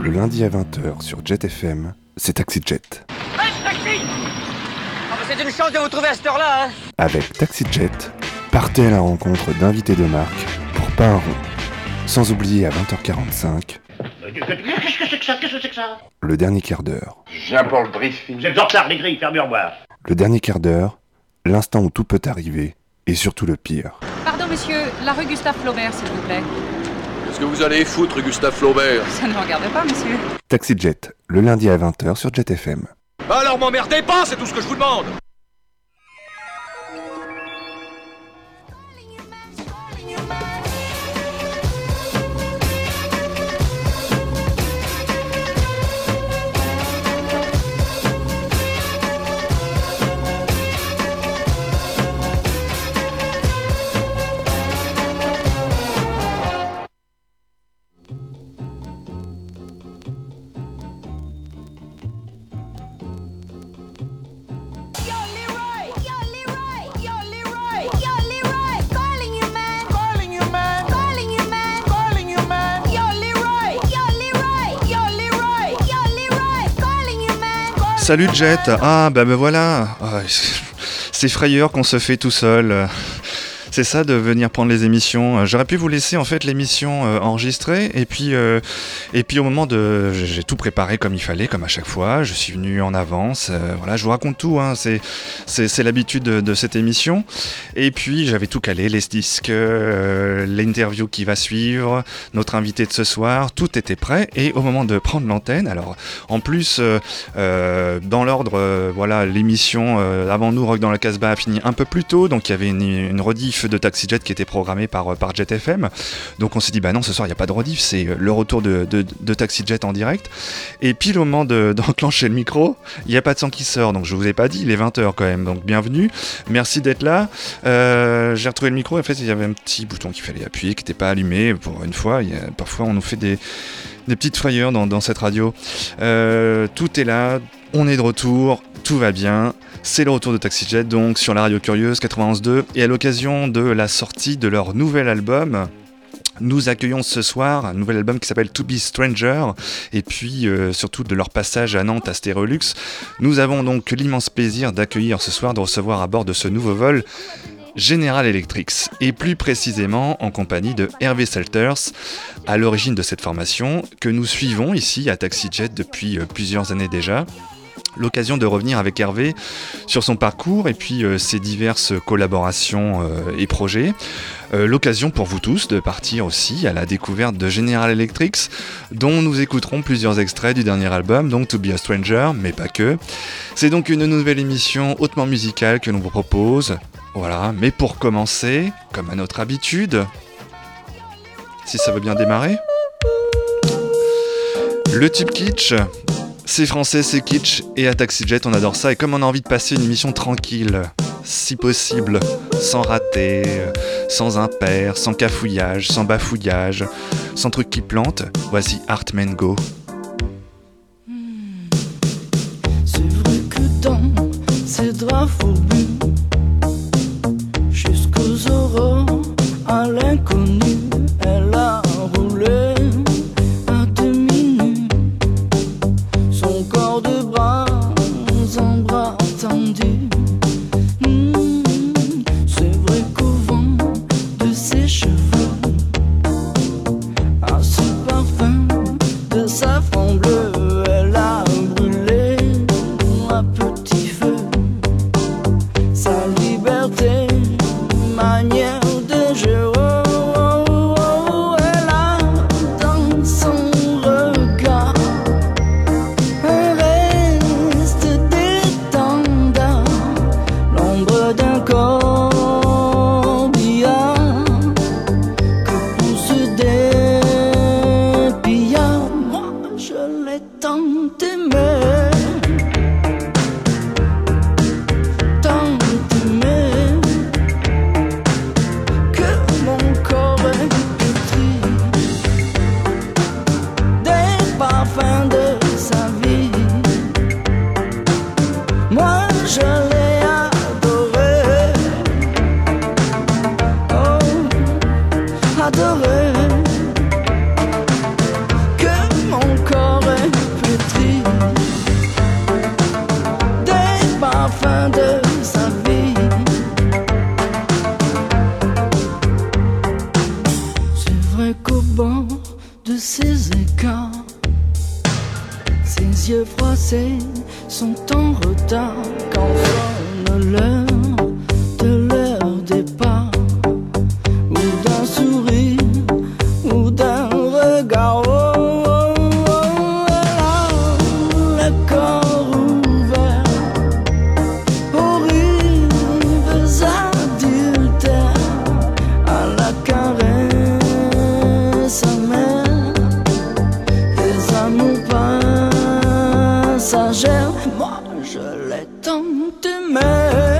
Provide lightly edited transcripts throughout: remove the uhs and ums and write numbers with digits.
Le lundi à 20h sur Jet FM, c'est Taxi Jet. Hey, taxi! C'est une chance de vous trouver à cette heure-là, hein! Avec Taxi Jet, partez à la rencontre d'invités de marque pour pas un rond. Sans oublier à 20h45... Qu'est-ce que c'est que ça? Qu'est-ce que c'est que ça? Le dernier quart d'heure. Je viens pour le briefing. Vous êtes en retard, les grilles, fermez au revoir. Le dernier quart d'heure, l'instant où tout peut arriver, et surtout le pire. Pardon monsieur, la rue Gustave Flaubert s'il vous plaît. Qu'est-ce que vous allez foutre, Gustave Flaubert? Ça ne me regarde pas monsieur. Taxi Jet, le lundi à 20h sur Jet FM. Alors m'emmerdez pas, c'est tout ce que je vous demande. Salut Jet, ben voilà, c'est frayeur qu'on se fait tout seul. C'est ça de venir prendre les émissions. J'aurais pu vous laisser en fait l'émission enregistrée et puis au moment de... J'ai tout préparé comme il fallait, comme à chaque fois. Je suis venu en avance. Voilà, je vous raconte tout, hein. C'est l'habitude de cette émission. Et puis j'avais tout calé, les disques, l'interview qui va suivre, notre invité de ce soir. Tout était prêt et au moment de prendre l'antenne, alors en plus dans l'ordre, voilà, l'émission avant nous, Rock dans la Casbah a fini un peu plus tôt, donc il y avait une rediff de Taxi Jet qui était programmé par Jet FM. Donc on s'est dit bah non, ce soir il n'y a pas de rediff, c'est le retour de Taxi Jet en direct. Et puis au moment d'enclencher le micro, il n'y a pas de son qui sort, donc je vous ai pas dit, il est 20h quand même, donc bienvenue, merci d'être là. J'ai retrouvé le micro, en fait il y avait un petit bouton qu'il fallait appuyer qui n'était pas allumé pour une fois. Parfois on nous fait des petites frayeurs dans cette radio. Tout est là, on est de retour, tout va bien. C'est le retour de Taxi Jet, donc sur la radio Curieuse 91.2, et à l'occasion de la sortie de leur nouvel album, nous accueillons ce soir un nouvel album qui s'appelle To Be Stranger, et puis surtout de leur passage à Nantes à Stérolux. Nous avons donc l'immense plaisir d'accueillir ce soir, de recevoir à bord de ce nouveau vol General Electric, et plus précisément en compagnie de Hervé Salters, à l'origine de cette formation que nous suivons ici à Taxi Jet depuis plusieurs années déjà. L'occasion de revenir avec Hervé sur son parcours et puis ses diverses collaborations et projets. L'occasion pour vous tous de partir aussi à la découverte de General Electric, dont nous écouterons plusieurs extraits du dernier album, donc To Be a Stranger, mais pas que. C'est donc une nouvelle émission hautement musicale que l'on vous propose. Voilà, mais pour commencer, comme à notre habitude, si ça veut bien démarrer, le type kitsch. C'est français, c'est kitsch, et à Taxi Jet on adore ça, et comme on a envie de passer une émission tranquille, si possible, sans rater, sans impair, sans cafouillage, sans bafouillage, sans truc qui plante, voici Heartman Go. C'est vrai que dans ces draps fourbus, jusqu'aux aurores, à l'inconnu, elle a roulé à demi-nu, son corps de bras en bras tendus. C'est vrai qu'au vent de ses cheveux, à ce parfum de safran bleu, elle a brûlé à petit feu sa liberté, manière de jeu. Elle a dans son regard un reste d'étendard, l'ombre d'un corbillard que pousse des pillards. Moi je l'ai tant aimé, tant aimé, que mon corps est pétri des parfums de sa vie. Moi je l'ai adoré, oh, adoré, que mon corps fin de sa vie. C'est vrai qu'au bord de ces écarts, ses yeux froissés sont en retard quand sonne l'heure de leur départ, ou d'un sourire, ou d'un regard. Oh, oh, oh, là, le corps ouvert aux rives adultères, à la caresse amère des amours passagères. Moi je l'ai tant aimé,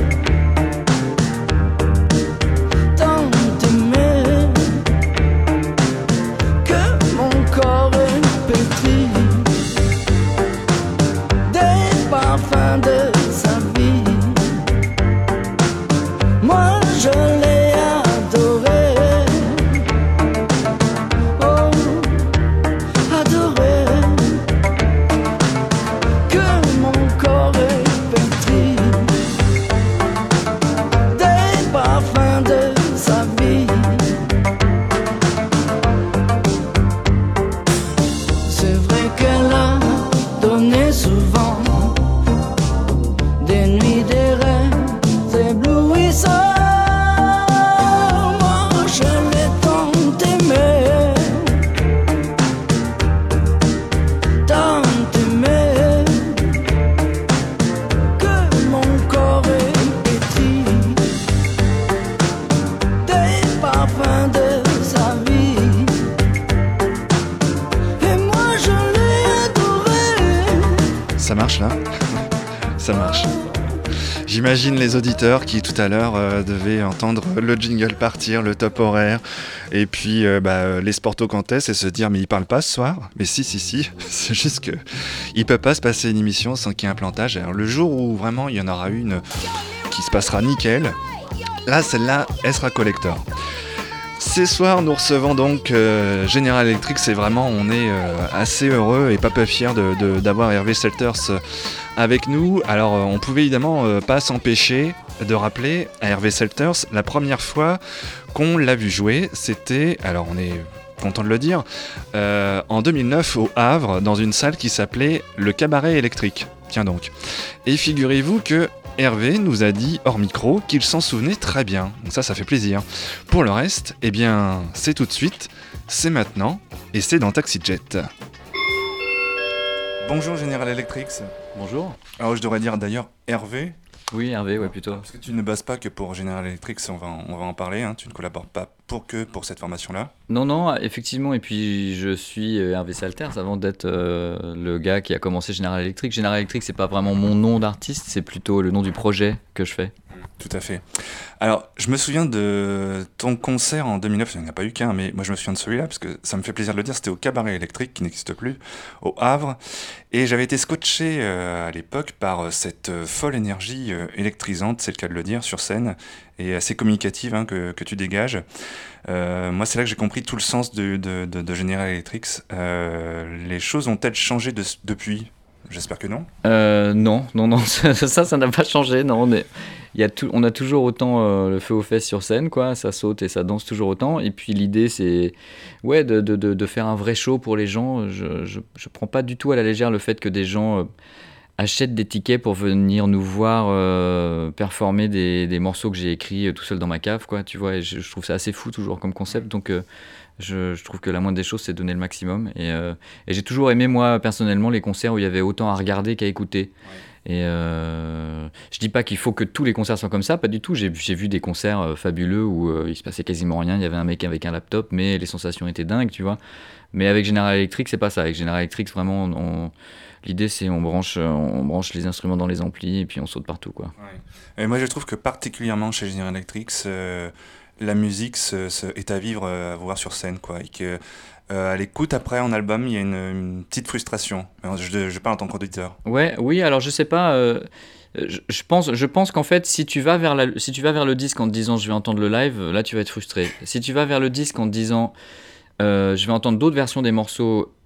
tant aimé, que mon corps est pétri des parfums de sa vie. Moi je l'ai adoré, oh, adoré, que mon corps est pétri des parfums de sa vie. C'est vrai qu'elle a donné souvent des nuits, des rêves éblouissants. Moi je l'ai tant aimé, tant aimé, que mon corps est pétri des parfums de sa vie. Et moi je l'ai adoré. Ça marche là? Ça marche. J'imagine les auditeurs qui tout à l'heure devaient entendre le jingle partir, le top horaire, et puis les Sporto Contest et se dire mais il parle pas ce soir? Mais si, c'est juste que il peut pas se passer une émission sans qu'il y ait un plantage. Alors le jour où vraiment il y en aura une qui se passera nickel, là celle-là elle sera collector. Ces soirs, nous recevons donc General Electric. C'est vraiment, on est assez heureux et pas peu fiers d'avoir Hervé Selters avec nous. Alors, on pouvait évidemment pas s'empêcher de rappeler à Hervé Selters la première fois qu'on l'a vu jouer. C'était, alors on est content de le dire, en 2009 au Havre, dans une salle qui s'appelait le Cabaret Électrique. Tiens donc. Et figurez-vous que Hervé nous a dit hors micro qu'il s'en souvenait très bien. Donc ça fait plaisir. Pour le reste, eh bien, c'est tout de suite, c'est maintenant, et c'est dans Taxi Jet. Bonjour General Electric. Bonjour. Alors je devrais dire d'ailleurs Hervé. Oui, Hervé, ouais, plutôt. Parce que tu ne bosses pas que pour General Electric, on va en parler, hein. Tu ne collabores pas pour cette formation-là. Non, effectivement, et puis je suis Hervé Selters avant d'être le gars qui a commencé General Electric. General Electric, c'est pas vraiment mon nom d'artiste, c'est plutôt le nom du projet que je fais. Tout à fait. Alors, je me souviens de ton concert en 2009, il n'y en a pas eu qu'un, mais moi je me souviens de celui-là, parce que ça me fait plaisir de le dire, c'était au Cabaret Électrique, qui n'existe plus, au Havre, et j'avais été scotché à l'époque par cette folle énergie électrisante, c'est le cas de le dire, sur scène, et assez communicative hein, que tu dégages. Moi, c'est là que j'ai compris tout le sens de General Electric. Les choses ont-elles changé depuis ? J'espère que non. Non, ça n'a pas changé, non, mais on a toujours autant le feu aux fesses sur scène, quoi, ça saute et ça danse toujours autant, et puis l'idée c'est de faire un vrai show pour les gens. Je prends pas du tout à la légère le fait que des gens achètent des tickets pour venir nous voir performer des morceaux que j'ai écrits tout seul dans ma cave, quoi, tu vois, et je trouve ça assez fou toujours comme concept, donc je trouve que la moindre des choses c'est donner le maximum, et j'ai toujours aimé moi personnellement les concerts où il y avait autant à regarder qu'à écouter. Et je dis pas qu'il faut que tous les concerts soient comme ça, pas du tout. J'ai vu des concerts fabuleux où il se passait quasiment rien, il y avait un mec avec un laptop, mais les sensations étaient dingues, tu vois. Mais avec General Electric, c'est pas ça. Avec General Electric, vraiment, l'idée c'est on branche les instruments dans les amplis et puis on saute partout, quoi. Ouais. Et moi je trouve que particulièrement chez General Electric, la musique est à vivre, à voir sur scène, quoi. Et que à l'écoute après en album, il y a une petite frustration. Je parle en tant qu'auditeur. Oui, alors je sais pas. Je pense qu'en fait, si tu vas vers le disque en te disant je vais entendre le live, là tu vas être frustré. Si tu vas vers le disque en te disant je vais entendre d'autres versions des morceaux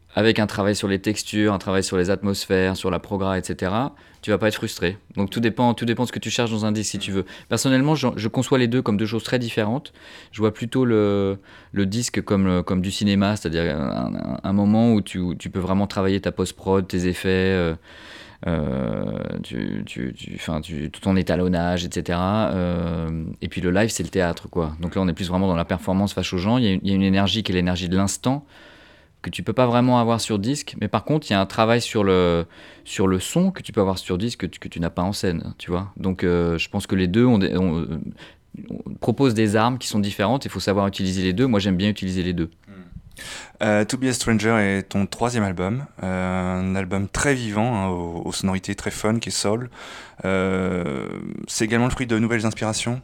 avec un travail sur les textures, un travail sur les atmosphères, sur la progra, etc., tu vas pas être frustré. Donc tout dépend de ce que tu cherches dans un disque, si tu veux. Personnellement, je conçois les deux comme deux choses très différentes. Je vois plutôt le disque comme du cinéma, c'est-à-dire un moment où tu peux vraiment travailler ta post-prod, tes effets, tout ton étalonnage, etc. Et puis le live, c'est le théâtre, quoi. Donc là, on est plus vraiment dans la performance face aux gens. Il y a une énergie qui est l'énergie de l'instant, que tu peux pas vraiment avoir sur disque, mais par contre il y a un travail sur le son que tu peux avoir sur disque que tu n'as pas en scène, tu vois. Donc je pense que les deux on propose des armes qui sont différentes, il faut savoir utiliser les deux. Moi j'aime bien utiliser les deux. To Be a Stranger est ton 3e album, un album très vivant, hein, aux sonorités très funk et soul. C'est également le fruit de nouvelles inspirations.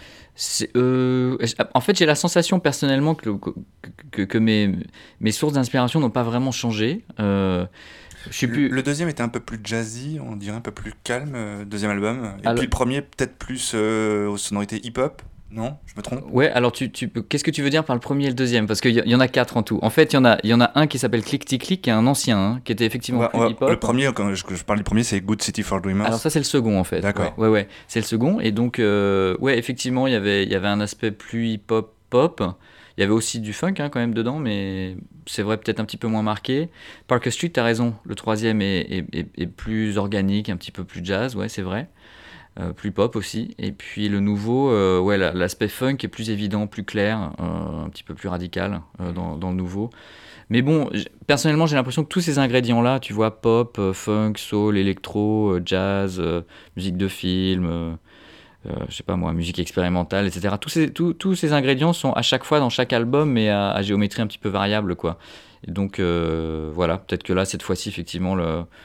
En fait, j'ai la sensation personnellement que mes sources d'inspiration n'ont pas vraiment changé. Je suis plus... Le deuxième était un peu plus jazzy, on dirait un peu plus calme, deuxième album. Et puis le premier, peut-être plus aux sonorités hip-hop. Non, je me trompe. Ouais, alors qu'est-ce que tu veux dire par le premier et le deuxième? Parce qu'il y en a 4 en tout. En fait, il y en a un qui s'appelle Click Tick Click, qui est un ancien, hein, qui était effectivement plus hip-hop. Le premier, quand je parle du premier, c'est Good City for Dreamers. Alors ça, c'est le second, en fait. D'accord. Ouais, c'est le second. Et donc, ouais, effectivement, il y avait un aspect plus hip-hop pop. Il y avait aussi du funk, hein, quand même dedans, mais c'est vrai, peut-être un petit peu moins marqué. Parker Street, t'as raison. Le troisième est plus organique, un petit peu plus jazz, ouais, c'est vrai. Plus pop aussi. Et puis le nouveau, ouais, l'aspect funk est plus évident, plus clair, un petit peu plus radical dans le nouveau. Mais bon, personnellement, j'ai l'impression que tous ces ingrédients-là, tu vois, pop, funk, soul, électro, jazz, musique de film, je sais pas moi, musique expérimentale, etc. Tous ces ingrédients sont à chaque fois dans chaque album, mais à géométrie un petit peu variable, quoi. Et donc, voilà, peut-être que là, cette fois-ci, effectivement,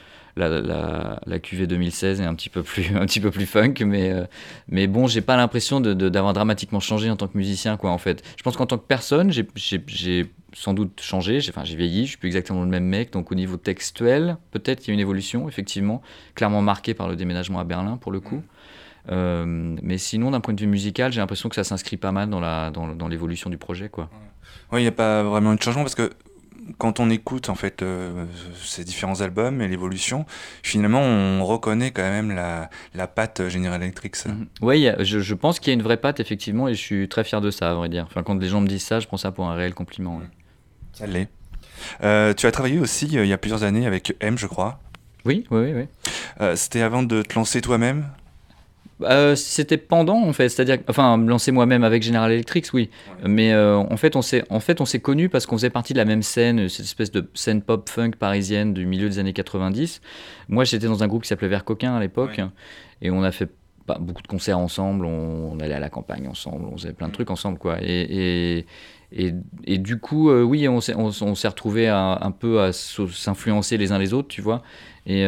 la cuvée 2016 est un petit peu plus funk, mais bon, j'ai pas l'impression d'avoir dramatiquement changé en tant que musicien, quoi, en fait. Je pense qu'en tant que personne, j'ai sans doute changé, j'ai vieilli, je suis plus exactement le même mec, donc au niveau textuel, peut-être qu'il y a une évolution, effectivement, clairement marquée par le déménagement à Berlin, pour le coup. Mais sinon, d'un point de vue musical, j'ai l'impression que ça s'inscrit pas mal dans l'évolution du projet, quoi. Oui, il n'y a pas vraiment eu de changement, parce que quand on écoute en fait ces différents albums et l'évolution, finalement on reconnaît quand même la patte General Electric. Oui, je pense qu'il y a une vraie patte, effectivement, et je suis très fier de ça, à vrai dire. Enfin, quand les gens me disent ça, je prends ça pour un réel compliment. Ouais. Ça l'est. Tu as travaillé aussi il y a plusieurs années avec M, je crois. Oui. C'était avant de te lancer toi-même? C'était pendant, en fait, c'est-à-dire, enfin, me lancer moi-même avec General Electric, oui. Ouais. Mais en fait, on s'est connus parce qu'on faisait partie de la même scène, cette espèce de scène pop-funk parisienne du milieu des années 90. Moi, j'étais dans un groupe qui s'appelait Vert Coquin à l'époque, et on a fait beaucoup de concerts ensemble, on allait à la campagne ensemble, on faisait plein de trucs ensemble, quoi. Et du coup, oui, on s'est retrouvés un peu à s'influencer les uns les autres, tu vois. Et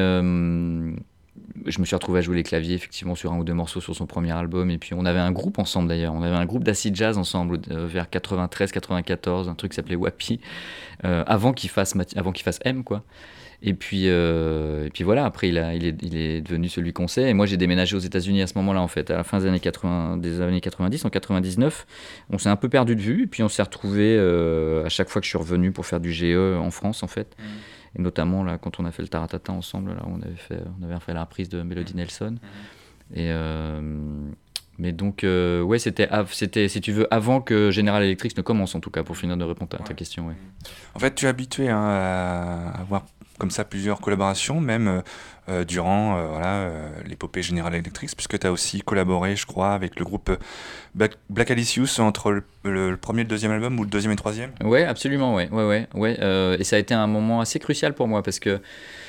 je me suis retrouvé à jouer les claviers, effectivement, sur un ou deux morceaux sur son premier album. Et puis, on avait un groupe ensemble, d'ailleurs. On avait un groupe d'acid jazz ensemble vers 93-94, un truc qui s'appelait Wapi, avant qu'il fasse M, quoi. Et puis voilà, après, il est devenu celui qu'on sait. Et moi, j'ai déménagé aux États-Unis à ce moment-là, en fait, à la fin des années 90, en 99. On s'est un peu perdu de vue. Et puis, on s'est retrouvés à chaque fois que je suis revenu pour faire du GE en France, en fait. Et notamment là, quand on a fait le Taratata ensemble, là, on avait fait la reprise de Melody Nelson. Et mais donc, ouais, c'était, si tu veux, avant que General Electric ne commence, en tout cas, pour finir de répondre à ta question. Ouais. En fait, tu es habitué à avoir comme ça plusieurs collaborations, même durant l'épopée General Electric, puisque tu as aussi collaboré, je crois, avec le groupe Black Alicious entre le premier et le deuxième album, ou le deuxième et le troisième. Ouais, absolument, ouais. Et ça a été un moment assez crucial pour moi, parce que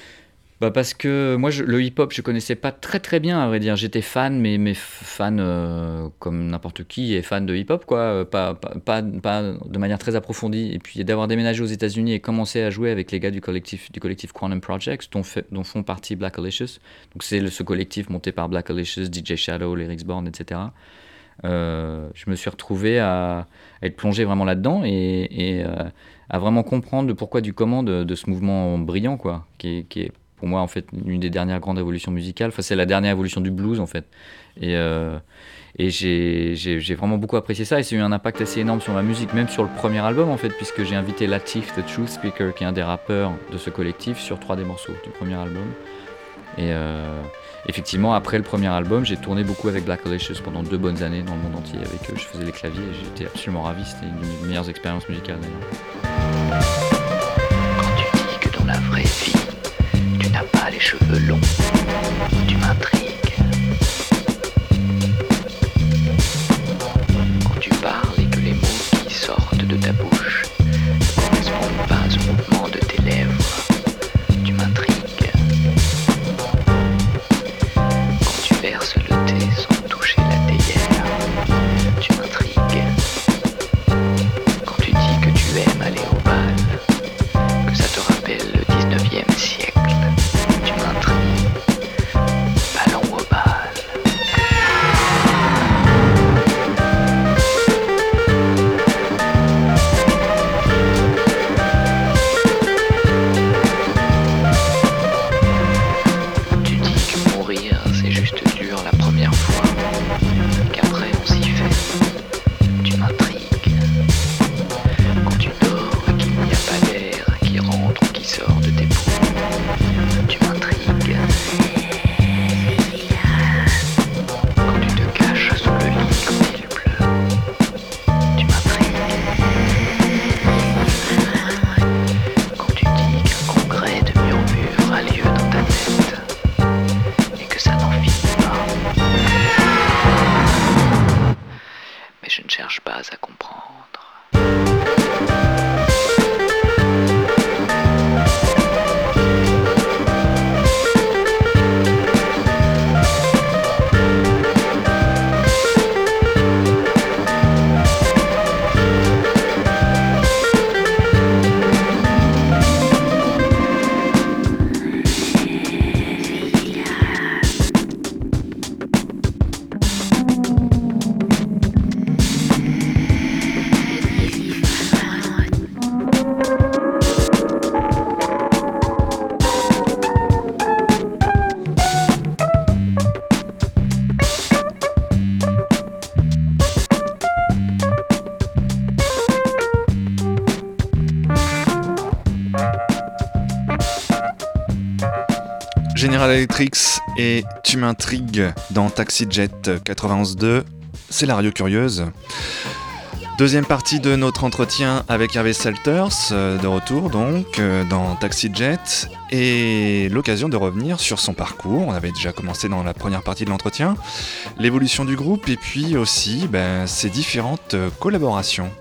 moi, le hip-hop, je connaissais pas très très bien, à vrai dire. J'étais fan, mais fan comme n'importe qui est fan de hip-hop, quoi. Pas de manière très approfondie. Et puis d'avoir déménagé aux États-Unis et commencé à jouer avec les gars du collectif Quantum Project, dont font partie Black Alicious. Donc c'est ce collectif monté par Black Alicious, DJ Shadow, Lyrics Born, etc. Je me suis retrouvé à être plongé vraiment là-dedans et à vraiment comprendre le pourquoi du comment de ce mouvement brillant, quoi, qui est pour moi en fait une des dernières grandes évolutions musicales. Enfin, c'est la dernière évolution du blues en fait. Et j'ai vraiment beaucoup apprécié ça, et ça a eu un impact assez énorme sur ma musique, même sur le premier album en fait, puisque j'ai invité Latif, The Truth Speaker, qui est un des rappeurs de ce collectif, sur 3 des morceaux du premier album. Et effectivement, après le premier album, j'ai tourné beaucoup avec Black Alicious pendant 2 bonnes années dans le monde entier avec eux. Je faisais les claviers et j'étais absolument ravi, c'était une de mes meilleures expériences musicales d'ailleurs. Quand tu dis que dans la vraie vie, tu n'as pas les cheveux longs, tu m'intrigues. Quand tu parles et que les mots qui sortent de ta bouche ne correspondent pas au mouvement de tes lèvres, tu m'intrigues. Quand tu verses le thé sans toucher la théière, tu m'intrigues. Quand tu dis que tu aimes aller au bal, que ça te rappelle le 19e siècle, tu m'intrigues. Allons au bal. Tu dis que mourir c'est juste dur la première fois, qu'après on s'y fait, tu m'intrigues. Quand tu dors et qu'il n'y a pas d'air qui rentre ou qui sort de tes poumons, tu m'intrigues. Quand tu te caches sous le lit quand il pleut, tu m'intrigues. Quand tu dis qu'un congrès de murmures a lieu dans ta tête et que ça n'en finit pas. Mais je ne cherche pas à comprendre. General Electric et Tu m'intrigues dans Taxi Jet 91.2, c'est la radio curieuse. Deuxième partie de notre entretien avec Hervé Selters, de retour donc dans Taxi Jet, et l'occasion de revenir sur son parcours. On avait déjà commencé dans la première partie de l'entretien, l'évolution du groupe et puis aussi ses différentes collaborations.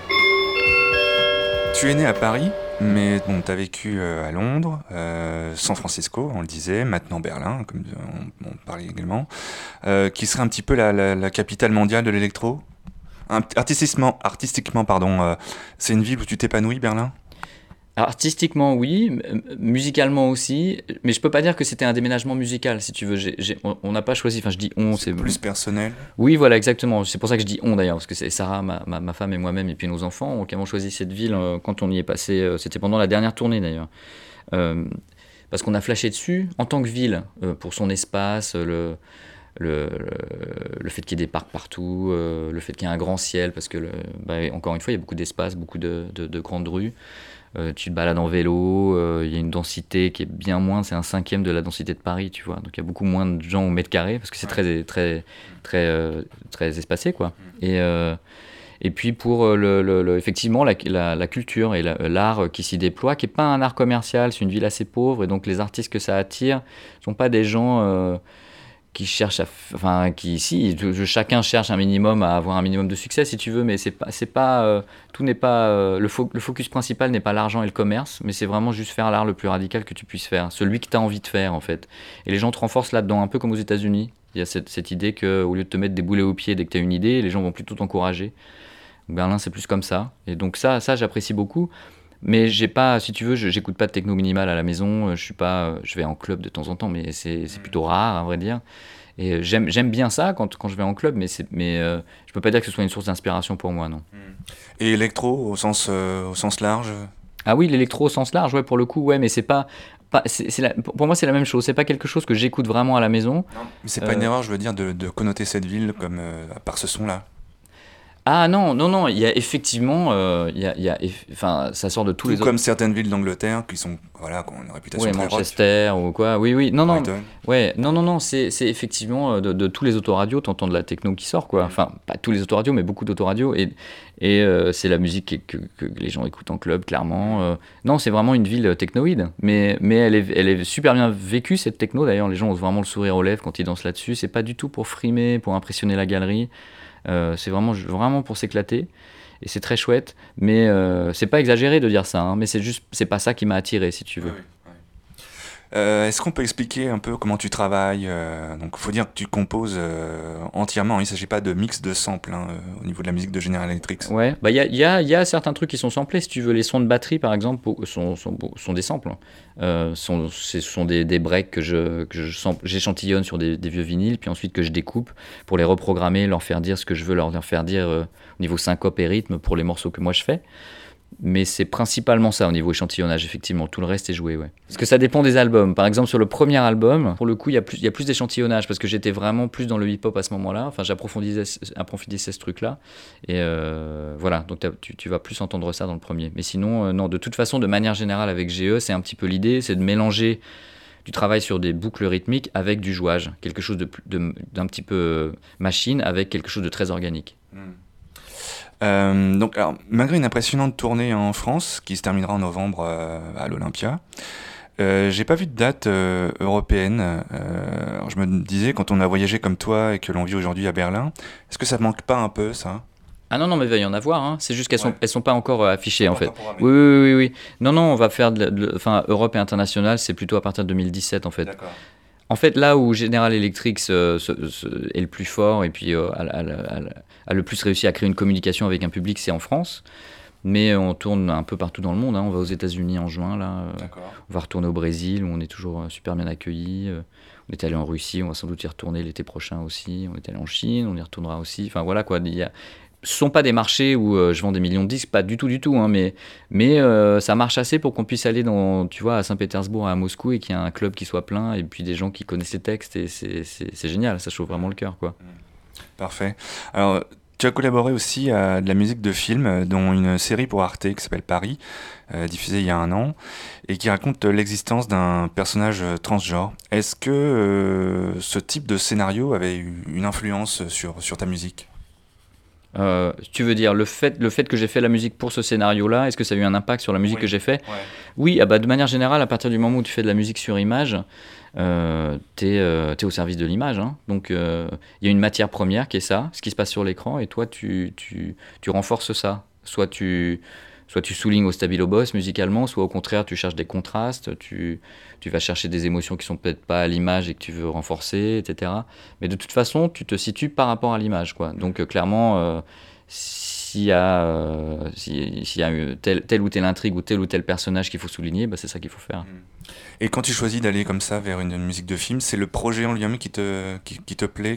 Tu es né à Paris, mais bon, tu as vécu à Londres, San Francisco, on le disait, maintenant Berlin, comme on parlait également, qui serait un petit peu la capitale mondiale de l'électro. Artistiquement, c'est une ville où tu t'épanouis, Berlin ? Artistiquement, oui, musicalement aussi, mais je peux pas dire que c'était un déménagement musical, si tu veux. On n'a pas choisi, enfin je dis on, c'est plus personnel. Oui, voilà, exactement. C'est pour ça que je dis on d'ailleurs, parce que c'est Sarah, ma femme et moi-même, et puis nos enfants qui avons choisi cette ville quand on y est passé. C'était pendant la dernière tournée d'ailleurs. Parce qu'on a flashé dessus en tant que ville, pour son espace, le fait qu'il y ait des parcs partout, le fait qu'il y ait un grand ciel, parce que, encore une fois, il y a beaucoup d'espace, beaucoup de grandes rues. Tu te balades en vélo, il y a une densité qui est bien moindre, c'est 1/5 de la densité de Paris, tu vois. Donc il y a beaucoup moins de gens au mètre carré, parce que c'est très, très, très, très espacé, quoi. Et puis pour effectivement la culture et l'art qui s'y déploie, qui n'est pas un art commercial, c'est une ville assez pauvre, et donc les artistes que ça attire ne sont pas des gens qui cherchent chacun cherche un minimum à avoir un minimum de succès, si tu veux, mais tout n'est pas le focus principal n'est pas l'argent et le commerce, mais c'est vraiment juste faire l'art le plus radical que tu puisses faire, celui que tu as envie de faire en fait. Et les gens te renforcent là-dedans, un peu comme aux États-Unis. Il y a cette idée qu'au lieu de te mettre des boulets aux pieds dès que tu as une idée, les gens vont plutôt t'encourager. Berlin, c'est plus comme ça. Et donc ça j'apprécie beaucoup. Mais j'ai pas, si tu veux, j'écoute pas de techno minimal à la maison. Je vais en club de temps en temps, mais c'est plutôt rare, à vrai dire. Et j'aime bien ça quand je vais en club, mais je peux pas dire que ce soit une source d'inspiration pour moi, non. Et électro au sens large. Ah oui, l'électro au sens large, ouais, pour le coup, ouais, mais c'est pas, pour moi, c'est la même chose. C'est pas quelque chose que j'écoute vraiment à la maison. Non, mais c'est pas une erreur, je veux dire, de connoter cette ville comme par ce son-là. Ah non, non, non, il y a effectivement, enfin, ça sort de tous les autres. Comme certaines villes d'Angleterre qui sont, voilà, qui ont une réputation Ouais, très rock. Manchester ou quoi. Oui, oui, non, non. Brighton. Ouais, non, non, non, c'est effectivement de tous les autoradios, t'entends de la techno qui sort, quoi. Enfin, pas tous les autoradios, mais beaucoup d'autoradios. Et c'est la musique que les gens écoutent en club, clairement. Non, c'est vraiment une ville technoïde. Mais elle est super bien vécue, cette techno. D'ailleurs, les gens ont vraiment le sourire aux lèvres quand ils dansent là-dessus. C'est pas du tout pour frimer, pour impressionner la galerie. C'est vraiment pour s'éclater. Et c'est très chouette. Mais c'est pas exagéré de dire ça, hein, mais c'est pas ça qui m'a attiré, si tu veux. Oui, oui. Est-ce qu'on peut expliquer un peu comment tu travailles donc, il faut dire que tu composes entièrement. Il ne s'agit pas de mix de samples au niveau de la musique de General Electric. Ouais, bah il y a certains trucs qui sont samplés. Si tu veux, les sons de batterie, par exemple, sont des samples. Ce sont des breaks que j'échantillonne sur des vieux vinyles, puis ensuite que je découpe pour les reprogrammer, leur faire dire ce que je veux leur faire dire au niveau syncope et rythme pour les morceaux que moi je fais. Mais c'est principalement ça au niveau échantillonnage, effectivement. Tout le reste est joué, ouais. Parce que ça dépend des albums. Par exemple, sur le premier album, pour le coup, il y a plus d'échantillonnage parce que j'étais vraiment plus dans le hip-hop à ce moment-là. Enfin, j'approfondissais ce truc-là. Et voilà, donc tu vas plus entendre ça dans le premier. Mais sinon, non, de toute façon, de manière générale, avec GE, c'est un petit peu l'idée, c'est de mélanger du travail sur des boucles rythmiques avec du jouage. Quelque chose d'un petit peu machine avec quelque chose de très organique. Donc, alors, malgré une impressionnante tournée en France qui se terminera en novembre à l'Olympia, j'ai pas vu de date européenne. Alors je me disais, quand on a voyagé comme toi et que l'on vit aujourd'hui à Berlin, est-ce que ça manque pas un peu, ça ? Ah non, mais il va y en avoir, hein. C'est juste qu'elles sont pas encore affichées, en fait. Oui. Oui. Non, on va faire enfin, Europe et international, c'est plutôt à partir de 2017, en fait. D'accord. En fait, là où General Electric est le plus fort et puis a le plus réussi à créer une communication avec un public, c'est en France. Mais on tourne un peu partout dans le monde, hein. On va aux États-Unis en juin, là. On va retourner au Brésil, où on est toujours super bien accueillis. On est allé en Russie, on va sans doute y retourner l'été prochain aussi. On est allé en Chine, on y retournera aussi. Enfin voilà quoi. Ce sont pas des marchés où je vends des millions de disques, pas du tout, hein, mais ça marche assez pour qu'on puisse aller tu vois, à Saint-Pétersbourg, à Moscou, et qu'il y ait un club qui soit plein, et puis des gens qui connaissent les textes, et c'est génial, ça chauffe vraiment le cœur, quoi. Parfait. Alors, tu as collaboré aussi à de la musique de film, dont une série pour Arte qui s'appelle Paris, diffusée il y a 1 an, et qui raconte l'existence d'un personnage transgenre. Est-ce que ce type de scénario avait eu une influence sur ta musique ? Tu veux dire le fait que j'ai fait la musique pour ce scénario-là, est-ce que ça a eu un impact sur la musique que j'ai fait ? Oui, de manière générale, à partir du moment où tu fais de la musique sur image, t'es au service de l'image, hein. Donc il y a une matière première qui est ça, ce qui se passe sur l'écran, et toi tu renforces ça. Soit tu soulignes au stabilo boss musicalement, soit au contraire tu cherches des contrastes, tu vas chercher des émotions qui sont peut-être pas à l'image et que tu veux renforcer, etc. Mais de toute façon, tu te situes par rapport à l'image, quoi. Donc clairement, s'il y a eu telle ou telle intrigue ou tel personnage qu'il faut souligner, c'est ça qu'il faut faire. Et quand tu choisis d'aller comme ça vers une musique de film, c'est le projet en lui-même qui te plaît,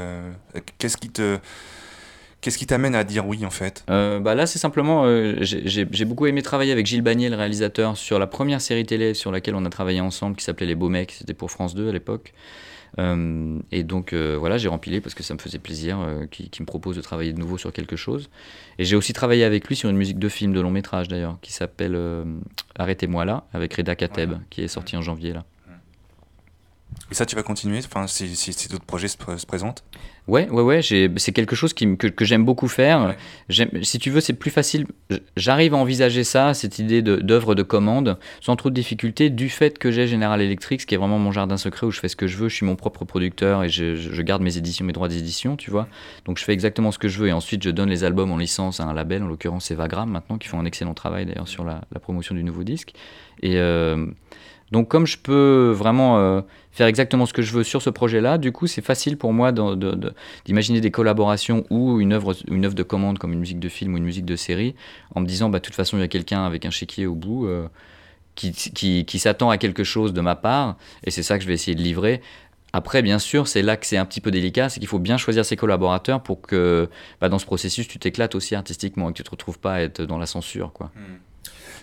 Qu'est-ce qui t'amène à dire oui, en fait ? Là, c'est simplement... j'ai beaucoup aimé travailler avec Gilles Bagné, le réalisateur, sur la première série télé sur laquelle on a travaillé ensemble, qui s'appelait Les Beaux Mecs. C'était pour France 2 à l'époque. Et donc, voilà, j'ai rempilé parce que ça me faisait plaisir qu'il me propose de travailler de nouveau sur quelque chose. Et j'ai aussi travaillé avec lui sur une musique de film, de long métrage d'ailleurs, qui s'appelle Arrêtez-moi là, avec Reda Kateb, qui est sorti en janvier, là. Et ça, tu vas continuer, enfin, si d'autres projets se présentent ? Ouais, c'est quelque chose que j'aime beaucoup faire. Ouais. Si tu veux, c'est plus facile. J'arrive à envisager ça, cette idée d'œuvre de commande, sans trop de difficultés, du fait que j'ai General Electric, qui est vraiment mon jardin secret où je fais ce que je veux. Je suis mon propre producteur et je garde mes droits d'édition, tu vois. Donc je fais exactement ce que je veux et ensuite je donne les albums en licence à un label, en l'occurrence c'est Vagram maintenant, qui font un excellent travail d'ailleurs sur la promotion du nouveau disque. Et donc comme je peux vraiment faire exactement ce que je veux sur ce projet-là, du coup c'est facile pour moi d'imaginer des collaborations ou une œuvre de commande comme une musique de film ou une musique de série, en me disant de toute façon il y a quelqu'un avec un chéquier au bout qui s'attend à quelque chose de ma part, et c'est ça que je vais essayer de livrer. Après, bien sûr, c'est là que c'est un petit peu délicat, c'est qu'il faut bien choisir ses collaborateurs pour que dans ce processus tu t'éclates aussi artistiquement et que tu ne te retrouves pas à être dans la censure, quoi.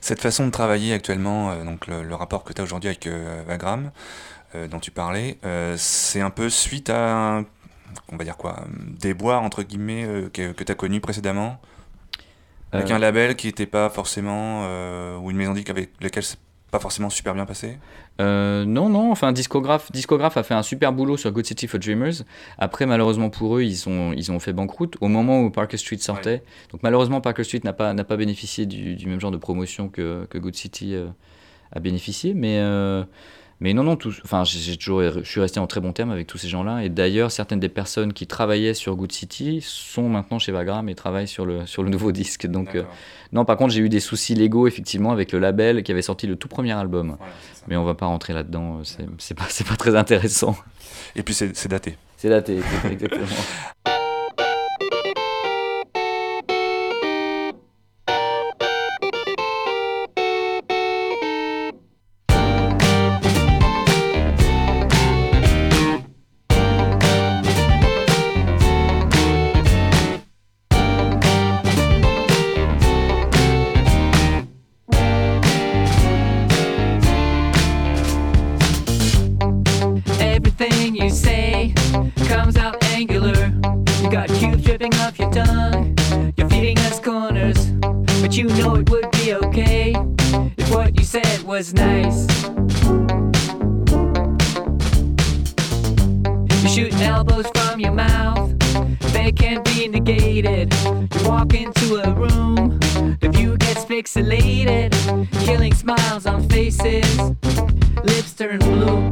Cette façon de travailler actuellement, donc le rapport que tu as aujourd'hui avec Vagram, dont tu parlais, c'est un peu suite à, on va dire quoi, déboires entre guillemets que tu as connu précédemment, avec un label qui n'était pas forcément, ou une maison disque avec laquelle c'est pas forcément super bien passé. Non, enfin Discographe a fait un super boulot sur Good City for Dreamers. Après, malheureusement pour eux, ils ont fait banqueroute au moment où Parker Street sortait. Ouais. Donc malheureusement, Parker Street n'a pas bénéficié du même genre de promotion que Good City a bénéficié. Mais non, je suis resté en très bon terme avec tous ces gens-là. Et d'ailleurs, certaines des personnes qui travaillaient sur Good City sont maintenant chez Vagram et travaillent sur le nouveau disque. Donc, non, par contre, j'ai eu des soucis légaux, effectivement, avec le label qui avait sorti le tout premier album. Voilà, mais on va pas rentrer là-dedans, c'est pas très intéressant. Et puis, c'est daté. C'est daté, exactement. Was nice. You shoot elbows from your mouth, they can't be negated. You walk into a room, the view gets pixelated, killing smiles on faces, lips turn blue.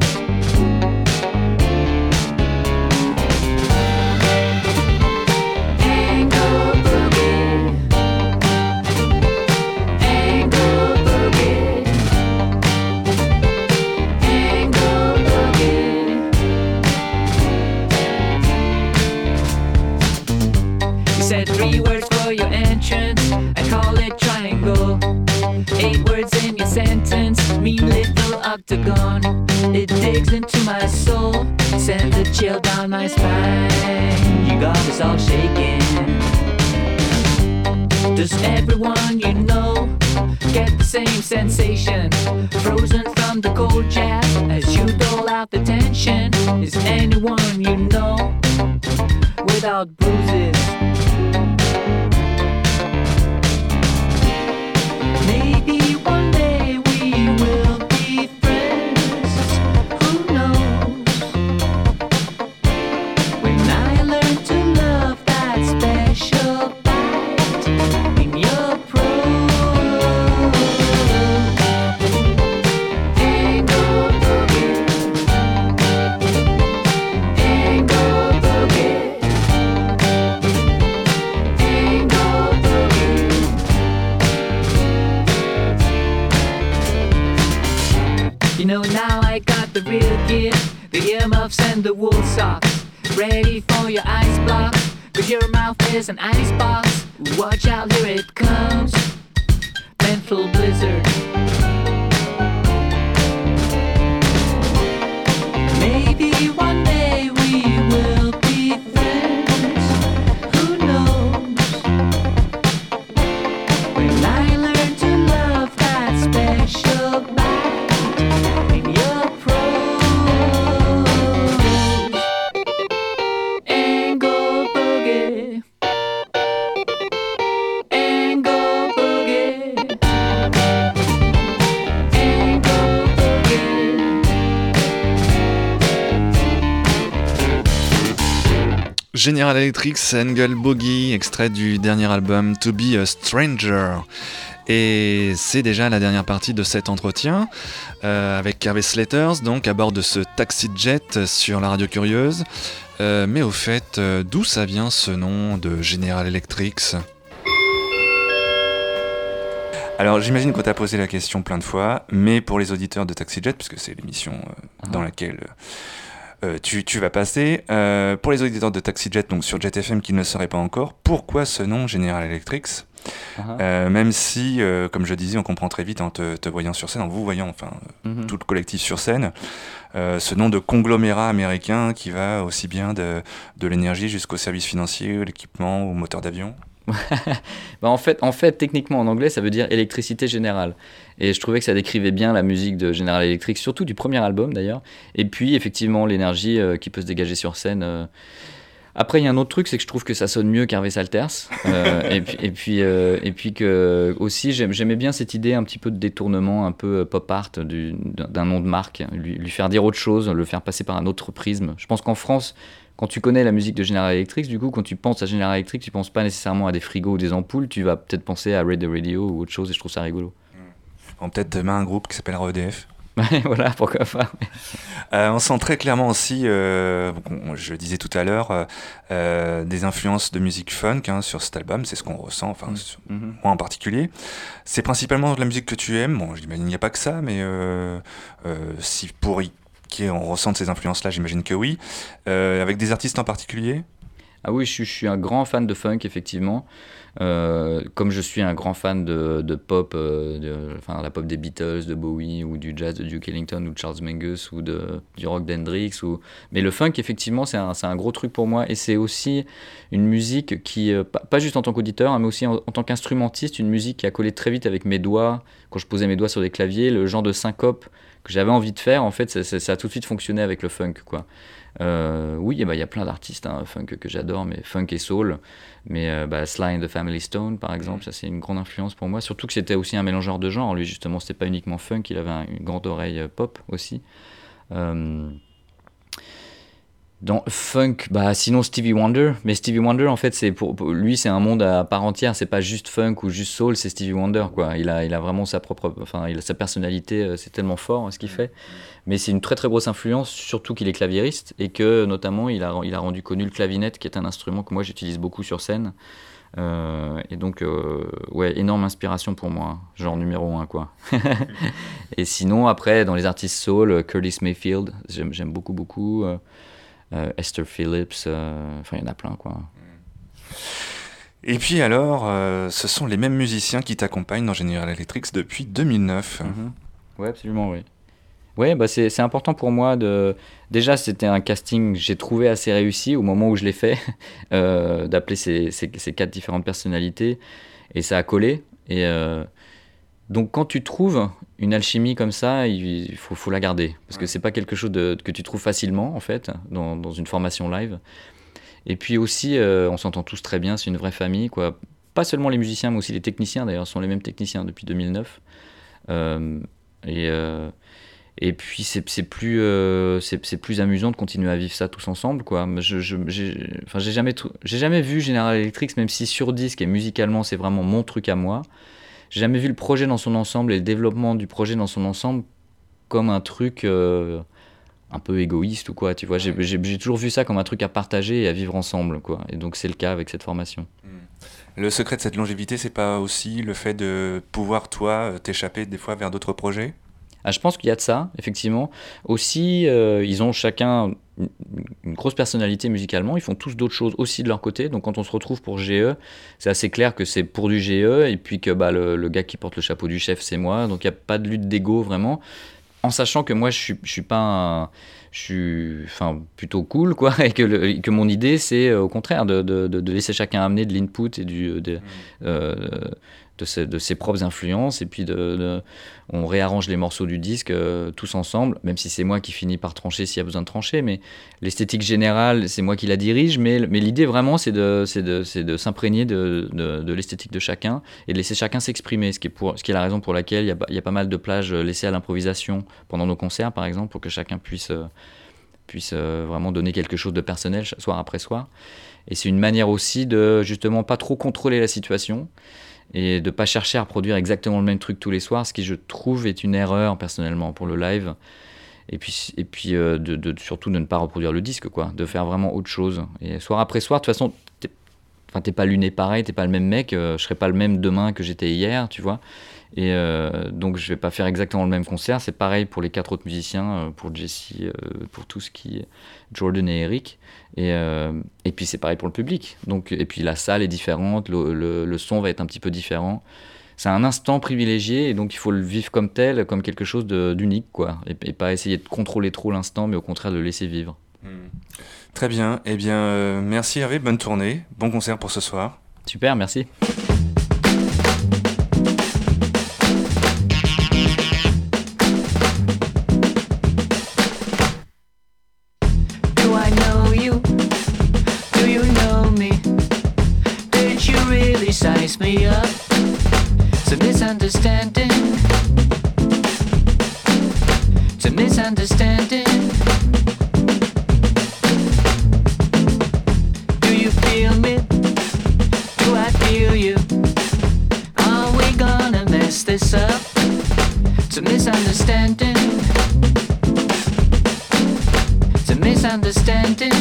Said 3 words for your entrance, I call it triangle. 8 words in your sentence, mean little octagon. It digs into my soul, sends a chill down my spine. You got us all shaking. Does everyone you know get the same sensation? Frozen from the cold chat as you dole out the tension. Is anyone you know without bruises? Maybe one day we will be friends. Who knows? When I learn to love that special bite in your prose. Angle boogie, angle boogie, angle boogie. You know, now I got the real gear, the earmuffs and the wool socks, ready for your ice blocks, cause your mouth is an ice box. Watch out, here it comes, mental blizzard. Maybe one day we will be friends, who knows? When I learn to love that special bite in your prose. Angle boogie, angle boogie, angle boogie. General Electric, Angle Boogie, extrait du dernier album To Be a Stranger. Et c'est déjà la dernière partie de cet entretien avec Hervé Slatters, donc à bord de ce taxi jet sur la radio Curieuse. Mais au fait, d'où ça vient ce nom de General Electric ? Alors j'imagine qu'on t'a posé la question plein de fois, mais pour les auditeurs de Taxi Jet, puisque c'est l'émission dans laquelle tu vas passer, pour les auditeurs de Taxi Jet, donc sur Jet FM qui ne le sauraient pas encore, pourquoi ce nom General Electric ? Même si, comme je disais, on comprend très vite en te voyant sur scène, en vous voyant, enfin, tout le collectif sur scène, ce nom de conglomérat américain qui va aussi bien de l'énergie jusqu'au service financier, l'équipement, au moteur d'avion. Bah, en fait, techniquement en anglais, ça veut dire électricité générale. Et je trouvais que ça décrivait bien la musique de General Electric, surtout du premier album d'ailleurs. Et puis effectivement l'énergie qui peut se dégager sur scène. Après, il y a un autre truc, c'est que je trouve que ça sonne mieux qu'Harvey Salters. Et puis que aussi, j'aimais bien cette idée un petit peu de détournement, un peu pop art d'un nom de marque, lui faire dire autre chose, le faire passer par un autre prisme. Je pense qu'en France, quand tu connais la musique de General Electric, du coup, quand tu penses à General Electric, tu penses pas nécessairement à des frigos ou des ampoules, tu vas peut-être penser à Ray the Radio ou autre chose, et je trouve ça rigolo. On peut-être demain un groupe qui s'appellera EDF. Voilà, pourquoi pas. On sent très clairement aussi, je disais tout à l'heure, des influences de musique funk sur cet album, c'est ce qu'on ressent, enfin moi en particulier. C'est principalement de la musique que tu aimes, bon j'imagine qu'il n'y a pas que ça, mais si pour on ressent ces influences-là, j'imagine que oui. Avec des artistes en particulier ? Ah oui, je suis un grand fan de funk, effectivement. Comme je suis un grand fan de pop, la pop des Beatles, de Bowie, ou du jazz de Duke Ellington, ou de Charles Mingus, ou du rock d'Hendrix. Mais le funk, effectivement, c'est un gros truc pour moi. Et c'est aussi une musique qui, pas juste en tant qu'auditeur, mais aussi en tant qu'instrumentiste, une musique qui a collé très vite avec mes doigts. Quand je posais mes doigts sur des claviers, le genre de syncope que j'avais envie de faire, en fait, ça a tout de suite fonctionné avec le funk, quoi. Oui, il y a plein d'artistes funk que j'adore, mais funk et soul. Mais Sly and the Family Stone, par exemple, ça c'est une grande influence pour moi. Surtout que c'était aussi un mélangeur de genres. Lui, justement, c'était pas uniquement funk, il avait une grande oreille pop aussi. Dans funk, sinon Stevie Wonder. Mais Stevie Wonder, en fait, pour lui, c'est un monde à part entière. C'est pas juste funk ou juste soul, c'est Stevie Wonder, quoi. Il a vraiment sa propre, il a sa personnalité. C'est tellement fort ce qu'il fait. Mais c'est une très très grosse influence, surtout qu'il est claviériste et que notamment il a rendu connu le clavinette, qui est un instrument que moi j'utilise beaucoup sur scène. Et donc, énorme inspiration pour moi, genre numéro 1, quoi. Et sinon, après, dans les artistes soul, Curtis Mayfield, j'aime beaucoup. Esther Phillips, il y en a plein, quoi. Et puis alors, ce sont les mêmes musiciens qui t'accompagnent dans General Electric depuis 2009. Oui, absolument, oui. Ouais, c'est important pour moi Déjà, c'était un casting que j'ai trouvé assez réussi au moment où je l'ai fait, d'appeler ces 4 différentes personnalités, et ça a collé. Et donc, quand tu trouves une alchimie comme ça, il faut la garder, parce que c'est pas quelque chose que tu trouves facilement, en fait, dans une formation live. Et puis aussi, on s'entend tous très bien, c'est une vraie famille, quoi. Pas seulement les musiciens, mais aussi les techniciens, d'ailleurs, ce sont les mêmes techniciens depuis 2009. Et puis c'est plus amusant de continuer à vivre ça tous ensemble, quoi. J'ai jamais vu General Electric, même si sur disque et musicalement c'est vraiment mon truc à moi. J'ai jamais vu le projet dans son ensemble et le développement du projet dans son ensemble comme un truc un peu égoïste ou quoi, tu vois. J'ai toujours vu ça comme un truc à partager et à vivre ensemble, quoi. Et donc c'est le cas avec cette formation. Le secret de cette longévité, c'est pas aussi le fait de pouvoir, toi, t'échapper des fois vers d'autres projets ? Je pense qu'il y a de ça, effectivement. Aussi, ils ont chacun une grosse personnalité musicalement. Ils font tous d'autres choses aussi de leur côté. Donc quand on se retrouve pour GE, c'est assez clair que c'est pour du GE et puis que le gars qui porte le chapeau du chef, c'est moi. Donc il n'y a pas de lutte d'ego vraiment. En sachant que moi, je suis pas je suis plutôt cool, quoi, et que mon idée, c'est au contraire de laisser chacun amener de l'input et de ses propres influences, et puis on réarrange les morceaux du disque tous ensemble, même si c'est moi qui finis par trancher s'il y a besoin de trancher, mais l'esthétique générale, c'est moi qui la dirige, mais l'idée vraiment, c'est de s'imprégner de l'esthétique de chacun, et de laisser chacun s'exprimer, ce qui est la raison pour laquelle il y a pas mal de plages laissées à l'improvisation pendant nos concerts, par exemple, pour que chacun puisse vraiment donner quelque chose de personnel soir après soir. Et c'est une manière aussi de justement pas trop contrôler la situation et de pas chercher à reproduire exactement le même truc tous les soirs, ce qui je trouve est une erreur personnellement pour le live. Et puis surtout de ne pas reproduire le disque, quoi, de faire vraiment autre chose. Et soir après soir, de toute façon, t'es pas luné pareil, t'es pas le même mec, je serai pas le même demain que j'étais hier, tu vois. Et donc je vais pas faire exactement le même concert. C'est pareil pour les 4 autres musiciens, pour Jesse, pour tout ce qui est Jordan et Eric. Et puis c'est pareil pour le public. Donc, et puis la salle est différente, le son va être un petit peu différent. C'est un instant privilégié et donc il faut le vivre comme tel, comme quelque chose d'unique, quoi. Et pas essayer de contrôler trop l'instant, mais au contraire de le laisser vivre. Très bien. Eh bien, merci Hervé, bonne tournée, bon concert pour ce soir. Super, merci. Do I know you? Do you know me? Did you really size me up? It's a misunderstanding. It's a misunderstanding. Do you feel me? Do I feel you? Are we gonna mess this up? It's a misunderstanding. It's a misunderstanding.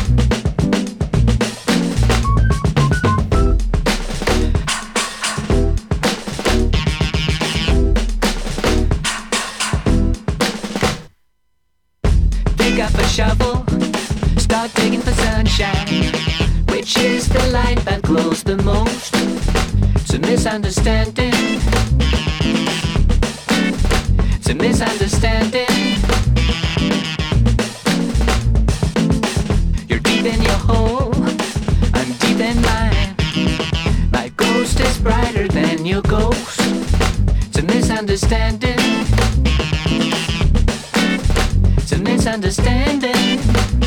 Pick up a shovel, start digging for sunshine. Which is the light that glows the most? It's a misunderstanding. It's a misunderstanding. You're deep in your hole, I'm deep in mine. My ghost is brighter than your ghost. It's a misunderstanding. It's a misunderstanding.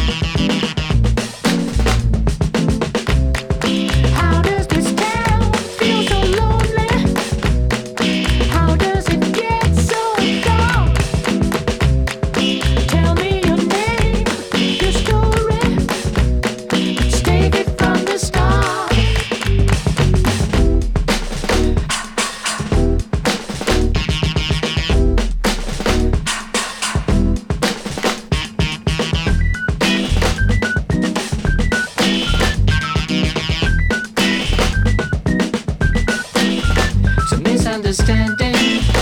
How does this town feel so lonely? How does it get so dark? Tell me your name, your story. Let's take it from the start. It's a misunderstanding.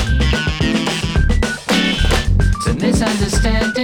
It's a misunderstanding.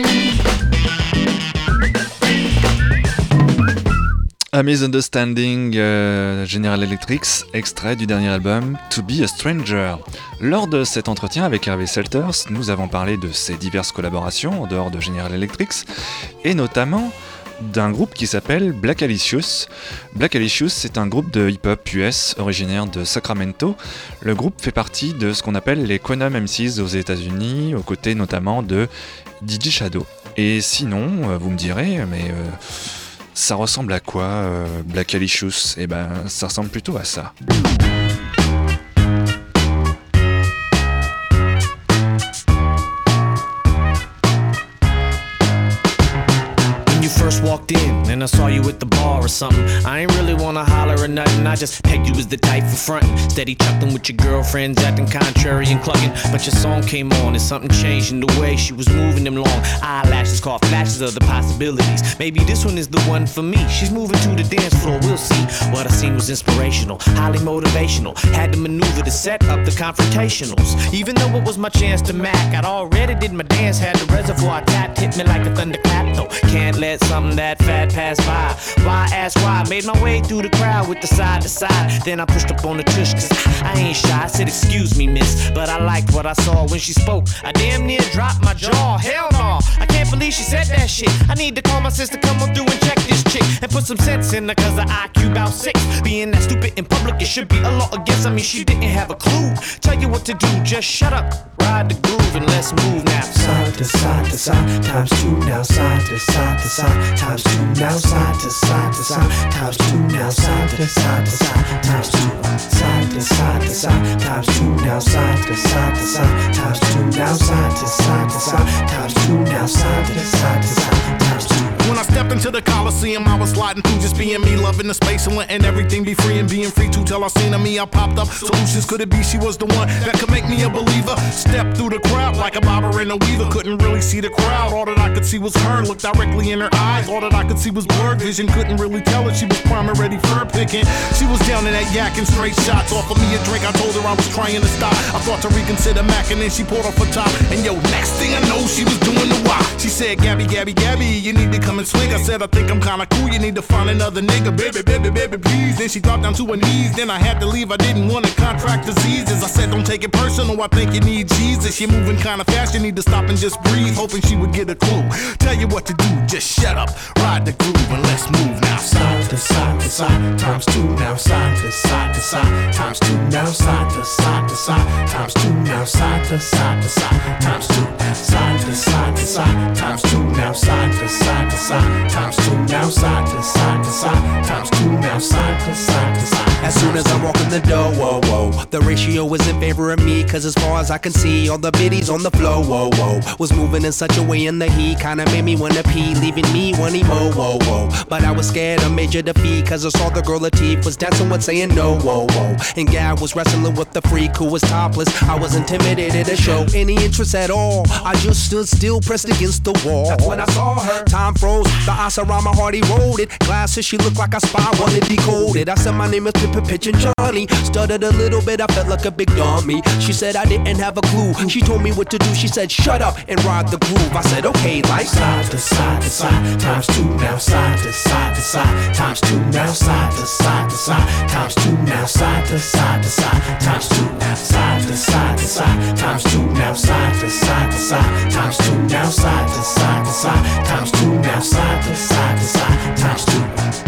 A Misunderstanding, General Electric, extrait du dernier album To Be a Stranger. Lors de cet entretien avec Hervé Selters, nous avons parlé de ses diverses collaborations en dehors de General Electric, et notamment d'un groupe qui s'appelle Black Alicious. Black Alicious, c'est un groupe de hip-hop US originaire de Sacramento. Le groupe fait partie de ce qu'on appelle les Quantum MCs aux États-Unis, aux côtés notamment de DJ Shadow. Et sinon, vous me direz, mais ça ressemble à quoi, Black Alicious? Eh ben, ça ressemble plutôt à ça. You first walked in and I saw you at the bar or something. I ain't really wanna holler or nothing, I just pegged you as the type for frontin'. Steady chuckling with your girlfriends, acting contrary and clucking. But your song came on and something changed in the way she was moving them long eyelashes caught flashes of the possibilities. Maybe this one is the one for me. She's moving to the dance floor, we'll see. What I seen was inspirational, highly motivational. Had to maneuver to set up the confrontationals. Even though it was my chance to mac, I'd already did my dance, had the reservoir tapped, hit me like a thunderclap. No, can't let something that fat pass by. Why ask why? Made my way through the crowd with the side to side. Then I pushed up on the tush cause I ain't shy. I said excuse me miss, but I liked what I saw when she spoke. I damn near dropped my jaw. Hell no, I can't believe she said that shit. I need to call my sister, come on through and check this chick and put some sense in her cause her IQ bout 6. Being that stupid in public, it should be a law against. I mean she didn't have a clue. Tell you what to do, just shut up. Ride the groove and let's move now. Side to side to side, times two now. Side to side to side, times two now. Side to side to side, times two now. Side to side to side, times two. Side to side to side, times two now. Side to side to side, times two now. Side to side to side, times two now. Side to side to side, times two. When I stepped into the Coliseum, I was sliding through just being me, loving the space and letting everything be free and being free to till I seen me. I popped up. Solutions, could it be she was the one that could make me a believer? Stepped through the crowd like a bobber and a weaver. Couldn't really see the crowd. All that I could see was her. Looked directly in her eyes. All that I could see was blurred vision. Couldn't really tell if she was prime and ready for picking. She was down in that yak and straight shots. Offered me a drink. I told her I was trying to stop. I thought to reconsider Mac and then she pulled off her top. And yo, next thing I know, she was doing the why. She said, Gabby, Gabby, Gabby, you need to come and swing. I said, I think I'm kinda cool, you need to find another nigga. Baby, baby, baby, please. Then she dropped down to her knees. Then I had to leave, I didn't want to contract diseases. I said, don't take it personal, I think you need Jesus. You're moving kinda fast, you need to stop and just breathe. Hoping she would get a clue. Tell you what to do, just shut up. Ride the groove and let's move now. Side to side to side, times two now. Side to side to side, times two now. Side to side to side, times two now. Side to side to side, times two. Side to side to side, times two now. Side to side to side, times two now. Side to side to side, times two now. Side to side to side. As soon as I walk in the door, whoa, whoa, the ratio is in favor of me, cause as far as I can see, all the biddies on the floor, whoa, whoa, was moving in such a way in the heat, kinda made me wanna pee, leaving me wanting more, whoa, whoa, but I was scared of major defeat, cause I saw the girl Latif was dancing with saying no, whoa, whoa, and Gab was wrestling with the freak who was topless. I was intimidated to show any interest at all, I just stood still pressed against the wall. That's when I saw her, time froze, the ice around my heart eroded, glasses, she looked like a spy, wanted decoded. I said my name is Pitch and Johnny, stuttered a little bit, I felt like a big dummy. She said I didn't have a clue, she told me what to do, she said shut up and ride the groove. I said okay, like side to side to side, times two now. Side to side to side, times two now. Side to side to side, times two now. Side to side to side, times two. Side to side to side, times two now. Side to side to side, times two now. Side to side to side, times two now. Side to side to side, times two.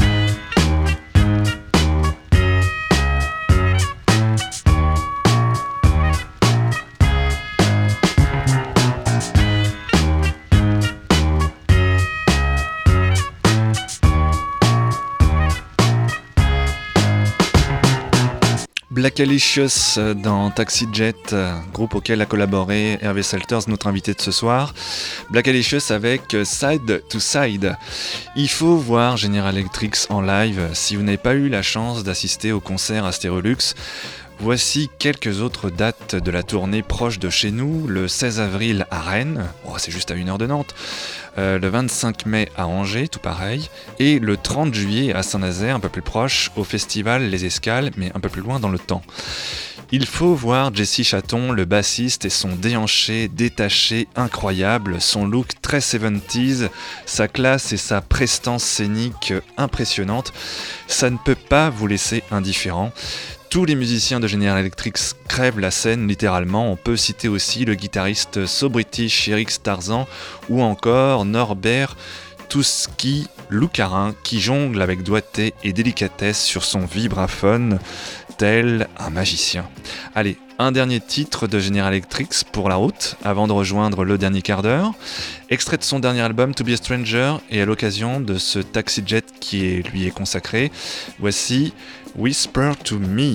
Blackalicious dans Taxi Jet, groupe auquel a collaboré Hervé Selters, notre invité de ce soir. Blackalicious avec Side to Side. Il faut voir General Electric en live si vous n'avez pas eu la chance d'assister au concert à Stérolux. Voici quelques autres dates de la tournée proche de chez nous. Le 16 avril à Rennes, c'est juste à 1 heure de Nantes. Le 25 mai à Angers, tout pareil. Et le 30 juillet à Saint-Nazaire, un peu plus proche, au festival Les Escales, mais un peu plus loin dans le temps. Il faut voir Jesse Chaton, le bassiste, et son déhanché, détaché, incroyable, son look très 70s, sa classe et sa prestance scénique impressionnante. Ça ne peut pas vous laisser indifférent. Tous les musiciens de General Electric crèvent la scène littéralement. On peut citer aussi le guitariste So British Eric Starzan ou encore Norbert Touski Loucarin qui jongle avec doigté et délicatesse sur son vibraphone tel un magicien. Allez, un dernier titre de General Electric pour la route avant de rejoindre le dernier quart d'heure. Extrait de son dernier album To Be a Stranger et à l'occasion de ce Taxi Jet qui lui est consacré, voici Whisper to Me.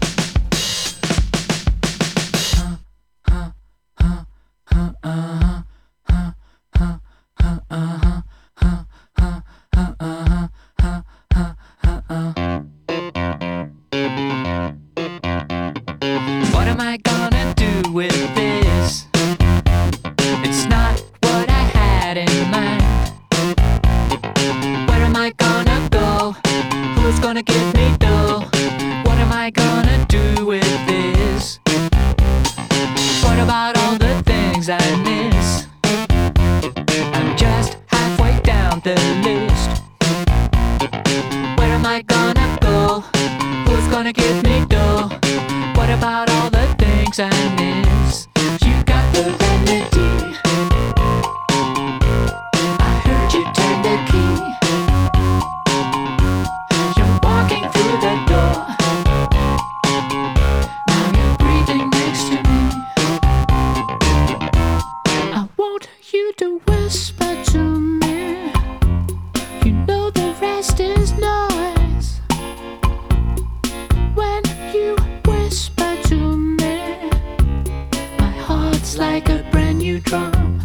What am I gonna do with this? It's not what I had in mind. Where am I gonna go? Who's gonna give me dough? What am I gonna do with this? What about all the things I miss? I'm just halfway down the list. Where am I gonna go? Who's gonna give me dough? What about all the things I miss? You got the remedy. I heard you turn the key. You're walking through the door. Now you're breathing next to me. I want you to whisper to me. You know the rest is noise. When you whisper to me, my heart's like a brand new drum.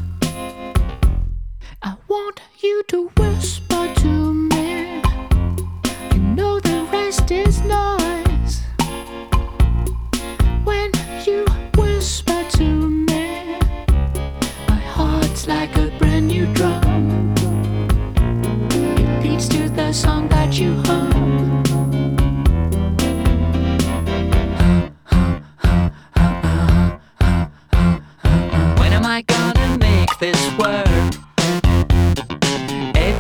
I want you to whisper to me. You know the rest is noise. When you whisper to me, my heart's like a brand new drum. It beats to the song that you hum. When am I gonna make this work?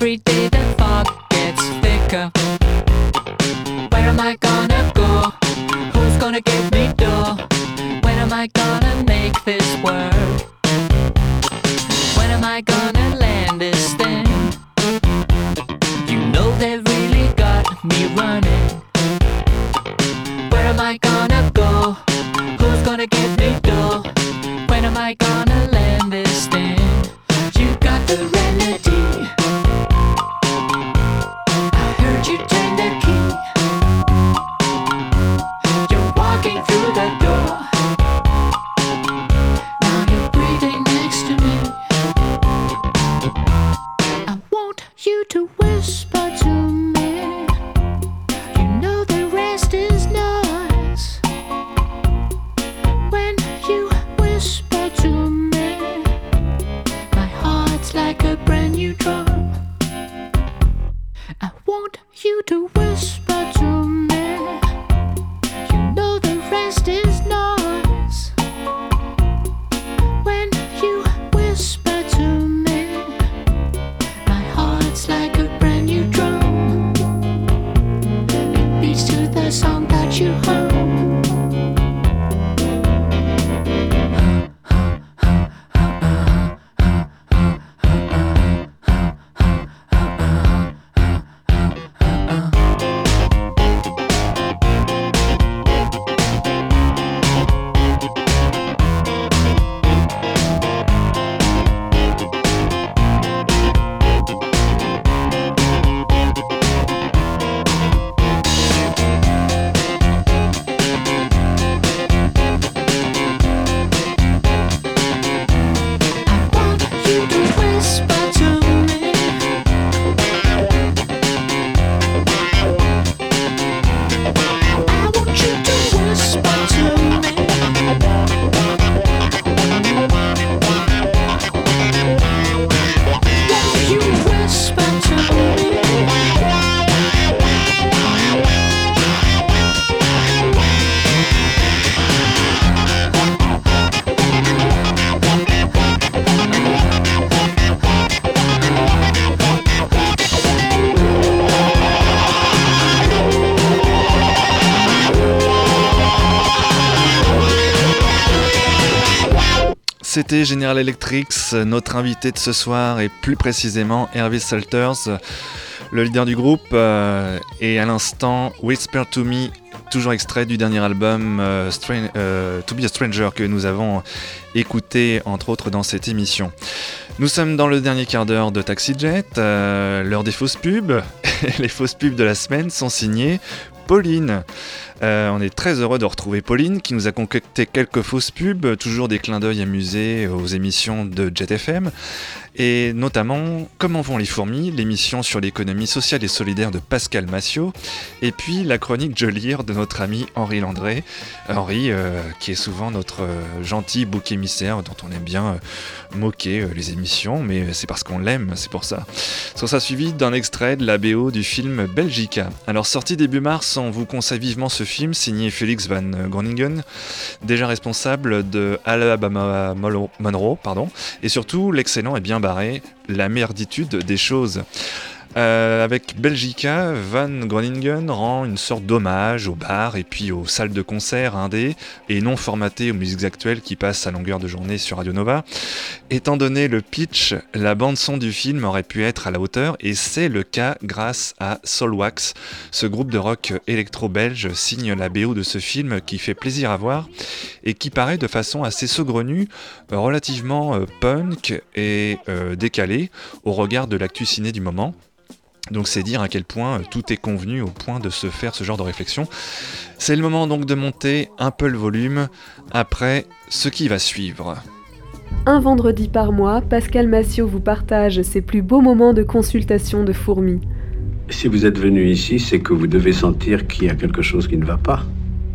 every day the fog gets thicker. Where am I gonna go? Who's gonna give me dough? When am I gonna make this work? When am I gonna land this thing? You know they've really got me running. Where am I gonna go? Who's gonna give me dough? When am I gonna land this thing? You got the remedy. I heard you turn the key. You're walking through the door. Now you're breathing next to me. I want you to whisper to me. You know the rest is noise. When you whisper to me, my heart's like a brand new drum. I want you to whisper to me. You know the rest is noise. When you whisper to me, my heart's like a brand new drum. It beats to the song that you hum. C'était General Electric, notre invité de ce soir et plus précisément Hervé Salters, le leader du groupe, et à l'instant Whisper to Me, toujours extrait du dernier album To Be a Stranger que nous avons écouté entre autres dans cette émission. Nous sommes dans le dernier quart d'heure de Taxi Jet, l'heure des fausses pubs. Les fausses pubs de la semaine sont signées Pauline. On est très heureux de retrouver Pauline qui nous a concocté quelques fausses pubs, toujours des clins d'œil amusés aux émissions de Jet FM, et notamment Comment vont les fourmis, l'émission sur l'économie sociale et solidaire de Pascal Massiot, et puis la chronique Je lire de notre ami Henri Landré. Henri, qui est souvent notre gentil bouc émissaire dont on aime bien moquer les émissions, mais c'est parce qu'on l'aime, c'est pour ça. Sur ça suivi d'un extrait de la BO du film Belgica. Alors sorti début mars, on vous conseille vivement ce film signé Felix Van Groningen, déjà responsable de Alabama Monroe, et surtout l'excellent et bien barré La merditude des choses. Avec Belgica, Van Groningen rend une sorte d'hommage aux bars et puis aux salles de concert indé et non formatées aux musiques actuelles qui passent à longueur de journée sur Radio Nova. Étant donné le pitch, la bande-son du film aurait pu être à la hauteur et c'est le cas grâce à Soulwax. Ce groupe de rock électro-belge signe la BO de ce film qui fait plaisir à voir et qui paraît de façon assez saugrenue, relativement punk et décalée au regard de l'actu ciné du moment. Donc c'est dire à quel point tout est convenu au point de se faire ce genre de réflexion. C'est le moment donc de monter un peu le volume après ce qui va suivre. Un vendredi par mois, Pascal Massiot vous partage ses plus beaux moments de consultation de fourmis. Si vous êtes venu ici, c'est que vous devez sentir qu'il y a quelque chose qui ne va pas.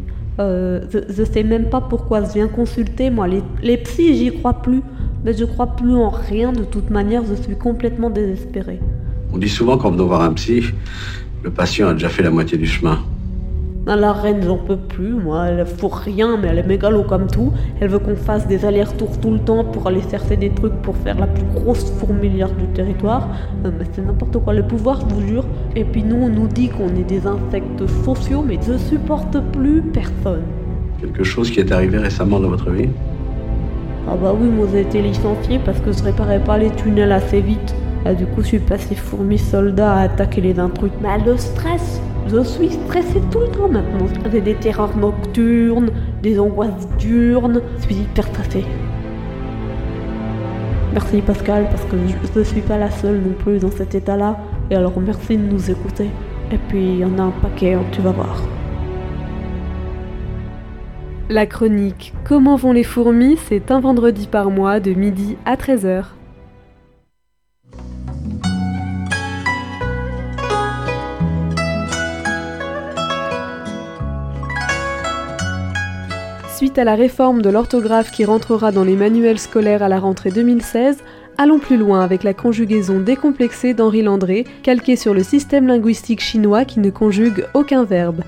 Je sais même pas pourquoi je viens consulter, moi. Les psys, j'y crois plus. Mais je crois plus en rien, de toute manière, je suis complètement désespérée. On dit souvent qu'en venant voir un psy, le patient a déjà fait la moitié du chemin. La reine, j'en peux plus, moi, elle fout rien, mais elle est mégalo comme tout. Elle veut qu'on fasse des allers-retours tout le temps pour aller chercher des trucs pour faire la plus grosse fourmilière du territoire. Mais c'est n'importe quoi, le pouvoir, je vous jure. Et puis nous, on nous dit qu'on est des insectes sociaux, mais je supporte plus personne. Quelque chose qui est arrivé récemment dans votre vie? Ah bah oui, moi j'ai été licenciée parce que je réparais pas les tunnels assez vite. Et du coup, je suis passée fourmi soldat à attaquer les intrus. Mais le stress, je suis stressée tout le temps maintenant. J'ai des terreurs nocturnes, des angoisses diurnes. Je suis hyper stressée. Merci Pascal, parce que je ne suis pas la seule non plus dans cet état-là. Et alors merci de nous écouter. Et puis il y en a un paquet, hein, tu vas voir. La chronique Comment vont les fourmis, c'est un vendredi par mois de midi à 13h. Suite à la réforme de l'orthographe qui rentrera dans les manuels scolaires à la rentrée 2016, allons plus loin avec la conjugaison décomplexée d'Henri Landré, calquée sur le système linguistique chinois qui ne conjugue aucun verbe.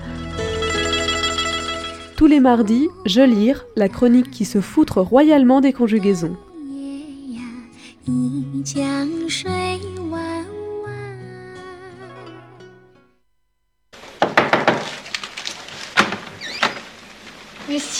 Tous les mardis, je lire la chronique qui se foutre royalement des conjugaisons. Monsieur ?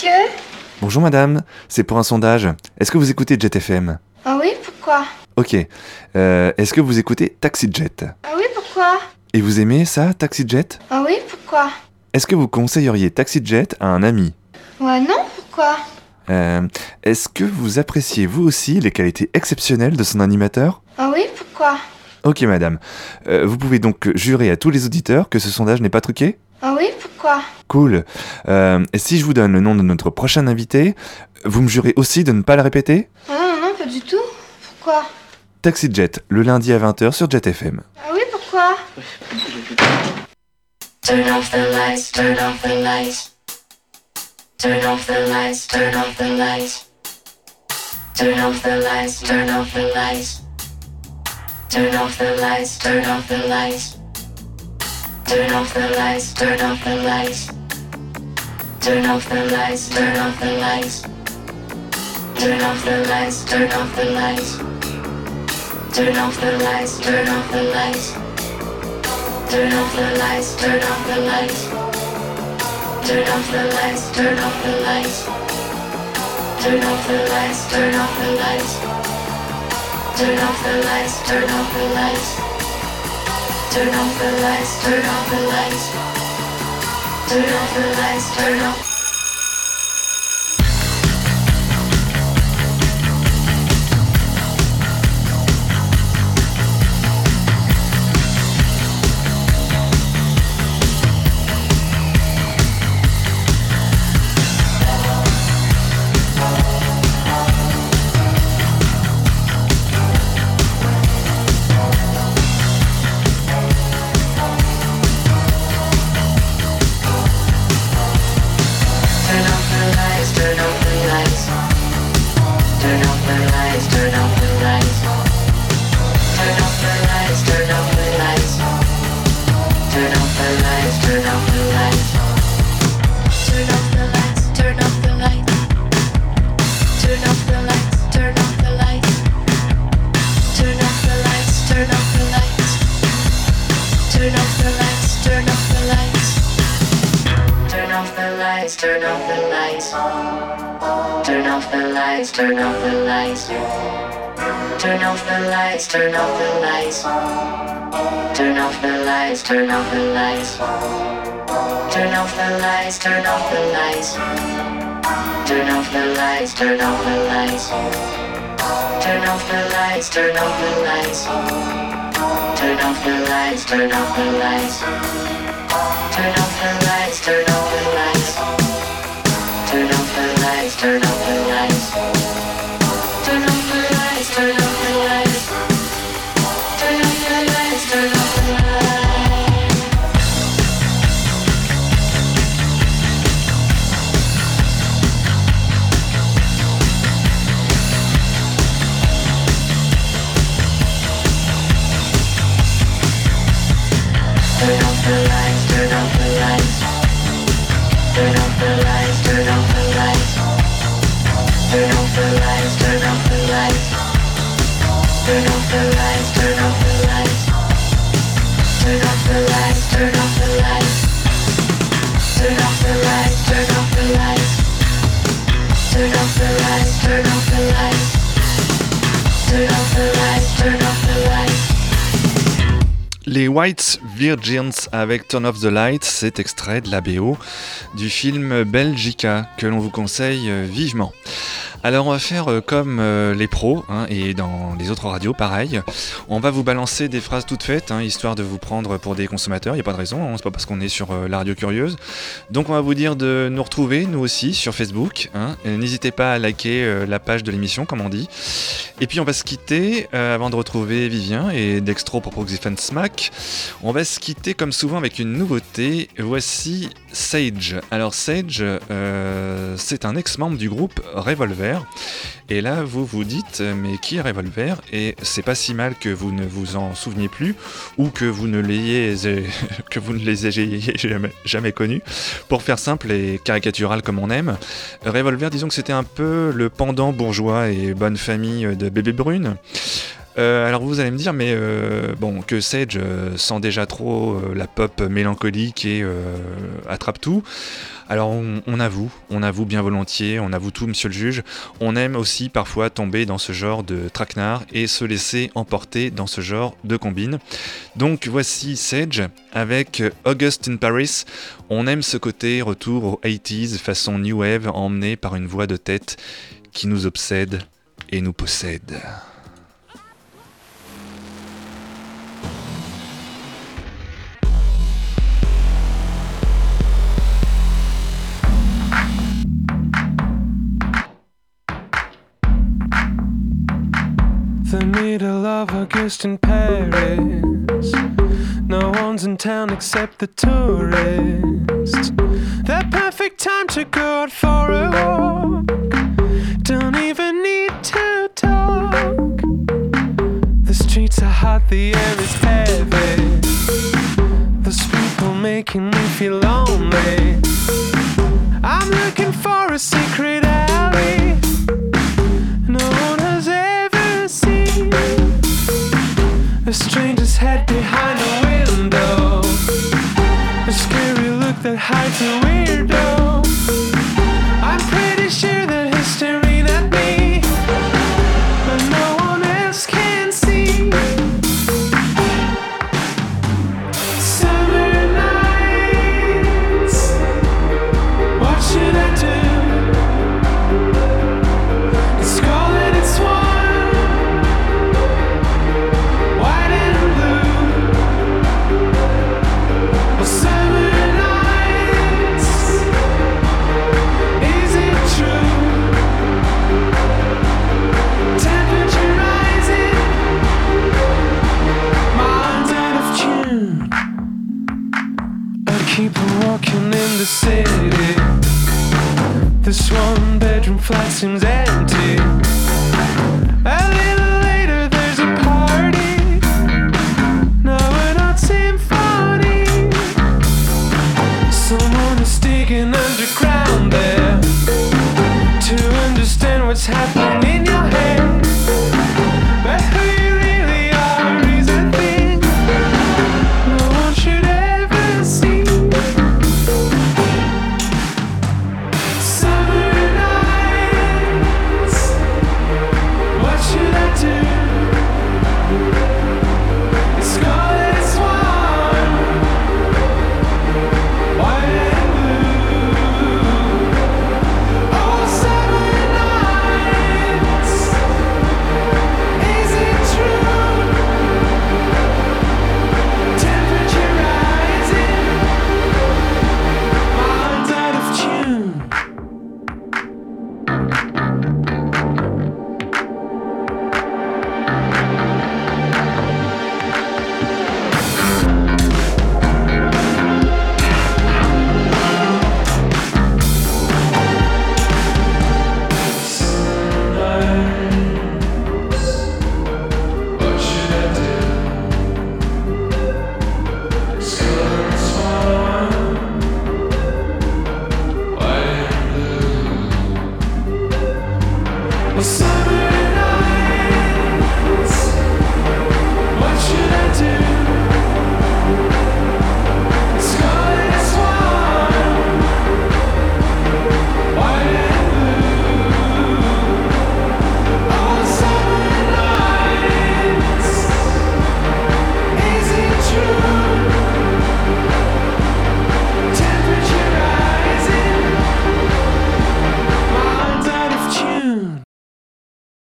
Bonjour madame, c'est pour un sondage. Est-ce que vous écoutez Jet FM? Ah oui, pourquoi ? Ok. Est-ce que vous écoutez Taxi Jet? Ah oui, pourquoi ? Et vous aimez ça, Taxi Jet? Ah oui, pourquoi ? Est-ce que vous conseilleriez Taxi Jet à un ami? Ouais, non, pourquoi ? Est-ce que vous appréciez vous aussi les qualités exceptionnelles de son animateur? Ah oui, pourquoi ? Ok madame. Vous pouvez donc jurer à tous les auditeurs que ce sondage n'est pas truqué? Ah oui, pourquoi ? Cool. Et si je vous donne le nom de notre prochain invité, vous me jurez aussi de ne pas le répéter? Ah non, non, pas du tout. Pourquoi ? Taxi Jet, le lundi à 20h sur Jet FM. Ah oui, pourquoi ? Turn off the lights, turn off the lights. Turn off the lights, turn off the lights. Turn off the lights, turn off the lights. Turn off the lights, turn off the lights. Turn off the lights, turn off the lights. Turn off the lights, turn off the lights. Turn off the lights, turn off the lights. Turn off the lights, turn off the lights. Turn off the lights, turn off the lights. Turn off the lights, turn off the lights. Turn off the lights, turn off the lights. Turn off the lights, turn off the lights. Turn off the lights, turn off the lights. Turn off the lights, turn off. Turn off the lights. Turn off the lights, turn off the lights. Turn off the lights, turn off the lights. Turn off the lights, turn off the lights. Turn off the lights, turn off the lights. Turn off the lights, turn off the lights. Turn off the lights, turn off the lights. Turn off the lights, turn off the lights. Turn off the lights, turn off the lights. Turn off the lights, turn off the lights. Turn off the lights, turn off the lights. Turn off the lights, turn off the lights. Turn off the lights, turn off the lights. Turn off the lights, turn off the lights. Turn off the lights, turn off the lights. Turn off the lights, turn off the lights. Turn off the lights, turn off the lights. Turn off the lights, turn off the lights. Turn off the lights, turn off the lights. Turn off the lights, turn off the lights. Les White Virgins avec Turn Off the Lights, c'est extrait de la BO du film Belgica que l'on vous conseille vivement. Alors on va faire comme les pros, hein, et dans les autres radios pareil, on va vous balancer des phrases toutes faites, hein, histoire de vous prendre pour des consommateurs, il n'y a pas de raison, hein, c'est pas parce qu'on est sur la radio curieuse. Donc on va vous dire de nous retrouver, nous aussi, sur Facebook, hein, n'hésitez pas à liker la page de l'émission comme on dit. Et puis on va se quitter, avant de retrouver Vivien et Dextro pour Proxyphone Smack, on va se quitter comme souvent avec une nouveauté, voici Sage. Alors Sage, c'est un ex-membre du groupe Revolver. Et là, vous vous dites, mais qui est Revolver ? Et c'est pas si mal que vous ne vous en souveniez plus, ou que vous ne les ayez jamais connus. Pour faire simple et caricatural comme on aime, Revolver, disons que c'était un peu le pendant bourgeois et bonne famille de Bébé Brune. Alors vous allez me dire, mais bon, que Sage sent déjà trop la pop mélancolique et attrape tout. Alors on avoue bien volontiers, on avoue tout monsieur le juge, on aime aussi parfois tomber dans ce genre de traquenard et se laisser emporter dans ce genre de combine. Donc voici Sage avec August in Paris, on aime ce côté retour aux 80s façon New Wave emmené par une voix de tête qui nous obsède et nous possède. The middle of August in Paris. No one's in town except the tourists. The perfect time to go out for a walk. Don't even need to talk. The streets are hot, the air is heavy. Those people making me feel lonely. I'm looking for a secret alley. No one has ever seen a stranger's head behind a window. A scary look that hides a weirdo. I'm pretty sure that he's staring at me, but no one else can see. Summer nights, what should I do? It's cold and it's warm, white and blue. Well, summer nights, is it true? Temperature rising, my mind's out of tune. I keep on walking in the city. This one bedroom flat seems empty. A little later there's a party. No, we're not symphony. Someone is digging underground there to understand what's happening in your head. But who you really are is a thing no one should ever see. Summer night, beside